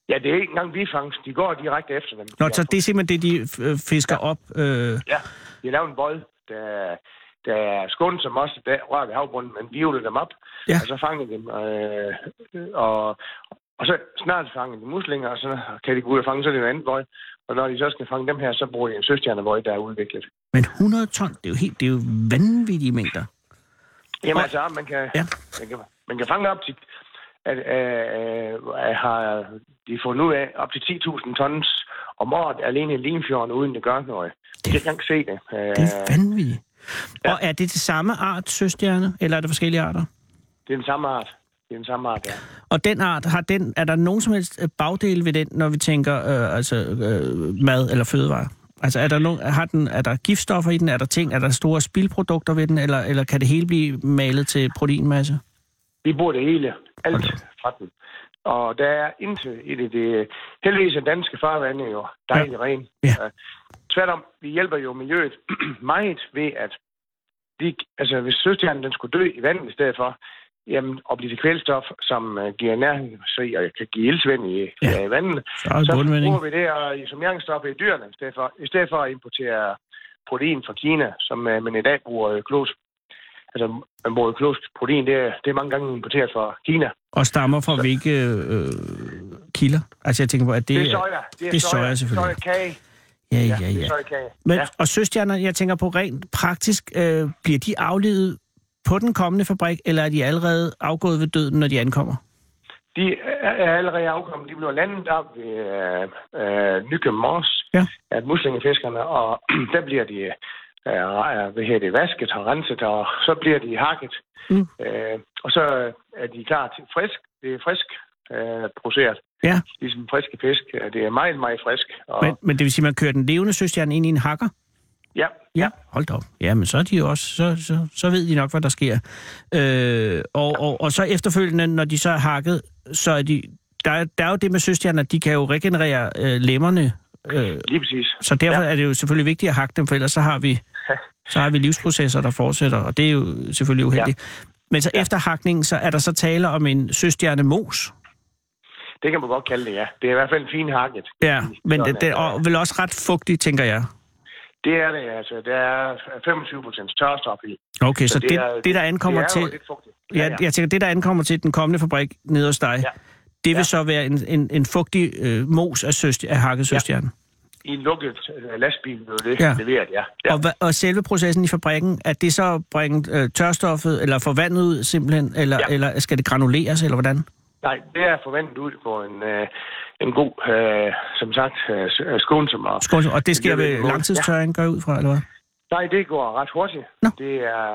Ja, det er ikke engang bifangst. De går direkte efter dem. Nå, så det er simpelthen det, de øh, fisker ja. op? Øh... Ja, de har lavet en båd, der, der er skånsom også, der rører ved havbunden, men de hjuler dem op, ja. og så fanger dem. Øh, og, og så snart fanger de muslinger, og så kan de gå ud og fange, så er det en anden båd. Og når de så skal fange dem her, så bruger de en søstjernebåd, der er udviklet. Men hundrede ton, det er jo helt, det er jo vanvittige mængder. Jamen og... altså, man kan, ja. man kan, man kan fange op til... At, øh, øh, har de fundet ud af op til ti tusind tons om året alene i Limfjorden, uden det gør noget. Det, jeg kan ikke se det. Øh, det er vanvittigt. Ja. Og er det det samme art søstjerne, eller er det forskellige arter? Det er den samme art. Det er den samme art, ja. Og den art, har den, er der nogen som helst bagdel ved den, når vi tænker øh, altså, øh, mad eller fødevarer? Altså er der, nogen, har den, er der giftstoffer i den? Er der ting? Er der store spildprodukter ved den? Eller, eller kan det hele blive malet til proteinmasse? Vi bruger det hele. Alt fra den. Og der er intet i det. det heldigvis er danske farvande jo dejligt ja. ren. Ja. Uh, tværtom, vi hjælper jo miljøet meget ved, at de, altså, hvis søstjernen den skulle dø i vandet i stedet for, jamen, og blive til kvælstof, som uh, giver næringsrig og kan give ildsvind i, ja. i vandet, så, så bruger vi det uh, som næringsstof i dyrene i stedet for, i stedet for at importere protein fra Kina, som uh, man i dag bruger økologisk. Altså, man bruger økologisk protein, det er, det er mange gange importeret fra Kina. Og stammer fra så. hvilke øh, kilder? Altså, jeg tænker på, at det, det er soja. Det er, det er soja, soja selvfølgelig. Sojakage. Ja, ja, ja. ja. Sojakage. Men, ja. Og søstjerner, jeg tænker på rent praktisk, øh, bliver de aflevet på den kommende fabrik, eller er de allerede afgået ved døden, når de ankommer? De er allerede afkommet. De bliver landet op ved øh, øh, Nykøbing Mors, ja. af muslingefiskerne, og der bliver de... er, hvad hedder det, vasket og renset, og så bliver de hakket. Mm. Øh, og så er de klar til frisk. Det er frisk øh, produceret. Ja. Ligesom friske fisk. Det er meget, meget frisk. Og... Men, men det vil sige, at man kører den levende søstjerne ind i en hakker? Ja. Ja, hold da op. Ja, men så er de jo også, så, så, så ved de nok, hvad der sker. Øh, og, ja. og, og så efterfølgende, når de så er hakket, så er de, der, der er jo det med søstjerner, de kan jo regenerere øh, lemmerne. Øh, Lige præcis. Så derfor ja. er det jo selvfølgelig vigtigt at hakke dem, for ellers så har vi, så har vi livsprocesser, der fortsætter, og det er jo selvfølgelig uheldigt. Ja. Men så ja. efter hakningen, så er der så tale om en søstjernemos. Det kan man godt kalde det, ja. Det er i hvert fald en fin hakket. Ja, men det, det er vel også ret fugtigt, tænker jeg. Det er det, altså. Der er femogtyve procent tørstof i. Okay, så, så det, det, er, det, der ankommer det til... Ja, ja. Jeg tænker, det, der ankommer til den kommende fabrik nede hos dig, ja. det vil ja. så være en, en, en fugtig øh, mos af, søst, af hakket søstjerne. Ja. I en lukket uh, lastbil blev det ja. leveret, ja. ja. Og, og selve processen i fabrikken, er det så bringe øh, tørstoffet, eller forvandet ud simpelthen, eller, ja. eller skal det granuleres, eller hvordan? Nej, det er forvandet ud på en, øh, en god, øh, som sagt, øh, skånsom. Og, skånsom. Og det sker ved langtidstørring, ja. går ud fra, eller hvad? Nej, det går ret hurtigt. Nå. Det, er,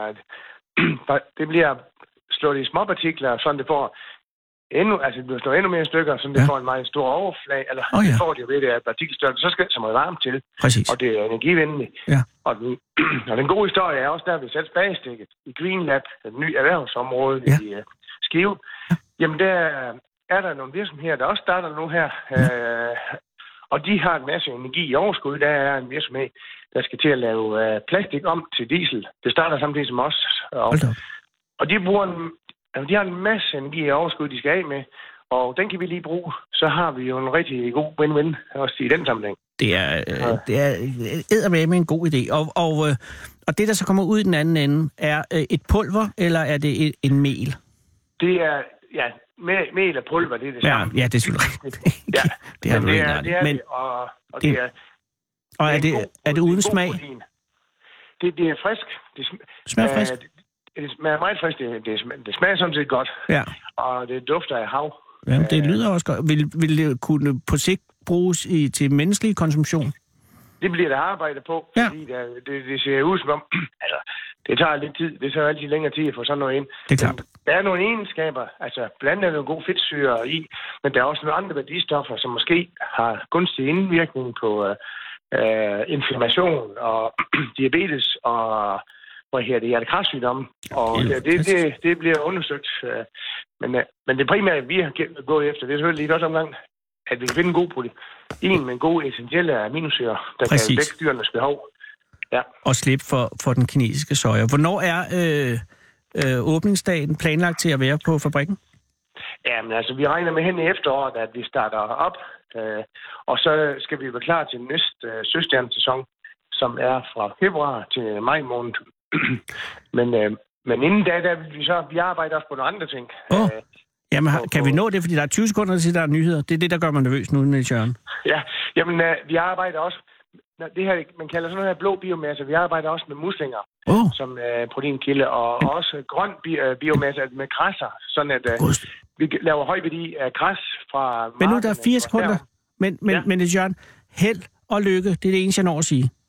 det bliver slået i små partikler, sådan det får endnu, altså det bliver slået endnu mere stykker, så det ja. får en meget stor overflage, eller oh, ja. det får det jo ved det, at partikelstørrelse, så skal det så meget varmt til. Præcis. Og det er energivenligt. Ja. Og, den, og den gode historie er også der, vi sætter bagestikket i Green Lab, et nyt erhvervsområde ja. i uh, Skive. Ja. Jamen, der er der nogle virksomheder, der også starter nu her, ja. øh, og de har en masse energi i overskud. Der er en virksomhed, der skal til at lave øh, plastik om til diesel. Det starter samtidig som os. Og, og de bruger en, altså, de har en masse energi i overskud, de skal af med, og den kan vi lige bruge. Så har vi jo en rigtig god win-win også i den sammenhæng. Det er, øh, det er eddermame en god idé. Og, og, øh, og det, der så kommer ud i den anden ende, er øh, et pulver, eller er det et, en mel? Det er, ja, mel og pulver, det er det samme. Ja, ja det er selvfølgelig rigtigt. Ja, det har du det ikke er, det er men, det, og, og det er... Og er det, god, er det uden smag? Det, det er frisk. Det smager frisk? Øh, det, det smager meget frisk. Det, det, smager, det smager sådan set godt. Ja. Og det dufter af hav. Ja, det lyder også godt. Vil, vil det kunne på sigt bruges i, til menneskelig konsumtion? Det bliver der arbejde på, ja. fordi der, det, det ser ud som om... altså, det tager lidt tid. Det tager altid længere tid at få sådan noget ind. Det er klart. Men der er nogle egenskaber, altså blandt andet nogle gode fedtsyrer i, men der er også nogle andre værdistoffer, som måske har gunstig indvirkning på øh, inflammation og diabetes og hvad her det hjertekræftsygdomme. Og det, det, det, det bliver undersøgt. Men, men det primære, vi har gået efter, det er selvfølgelig i første omgang, at vi kan finde en god protein med en god essentielle aminosyrer, der Præcis. kan dække dyrenes behov. Ja. Og slippe for, for den kinesiske soja. Hvornår er øh, øh, åbningsdagen planlagt til at være på fabrikken? Ja, men altså, vi regner med hen i efteråret, at vi starter op, øh, og så skal vi være klar til næste øh, søstjernesæson, som er fra februar til maj måned. men, øh, men inden da, der vil vi så, vi arbejder også på nogle andre ting. Oh. Øh, Jamen, på, kan vi nå det, fordi der er tyve sekunder til, der er nyheder? Det er det, der gør mig nervøs nu, Niels Jørgen. Ja, jamen, øh, vi arbejder også, det her, man kalder sådan noget her blå biomasse, vi arbejder også med muslinger. Oh. Som øh, proteinkilde, og også grøn bi- øh, biomasse med græsser, sådan at øh, vi laver høj værdi af græs fra... Men nu er der fire sekunder. Men, men, ja. men Niels Jørgen, held og lykke, det er det eneste, jeg når at sige.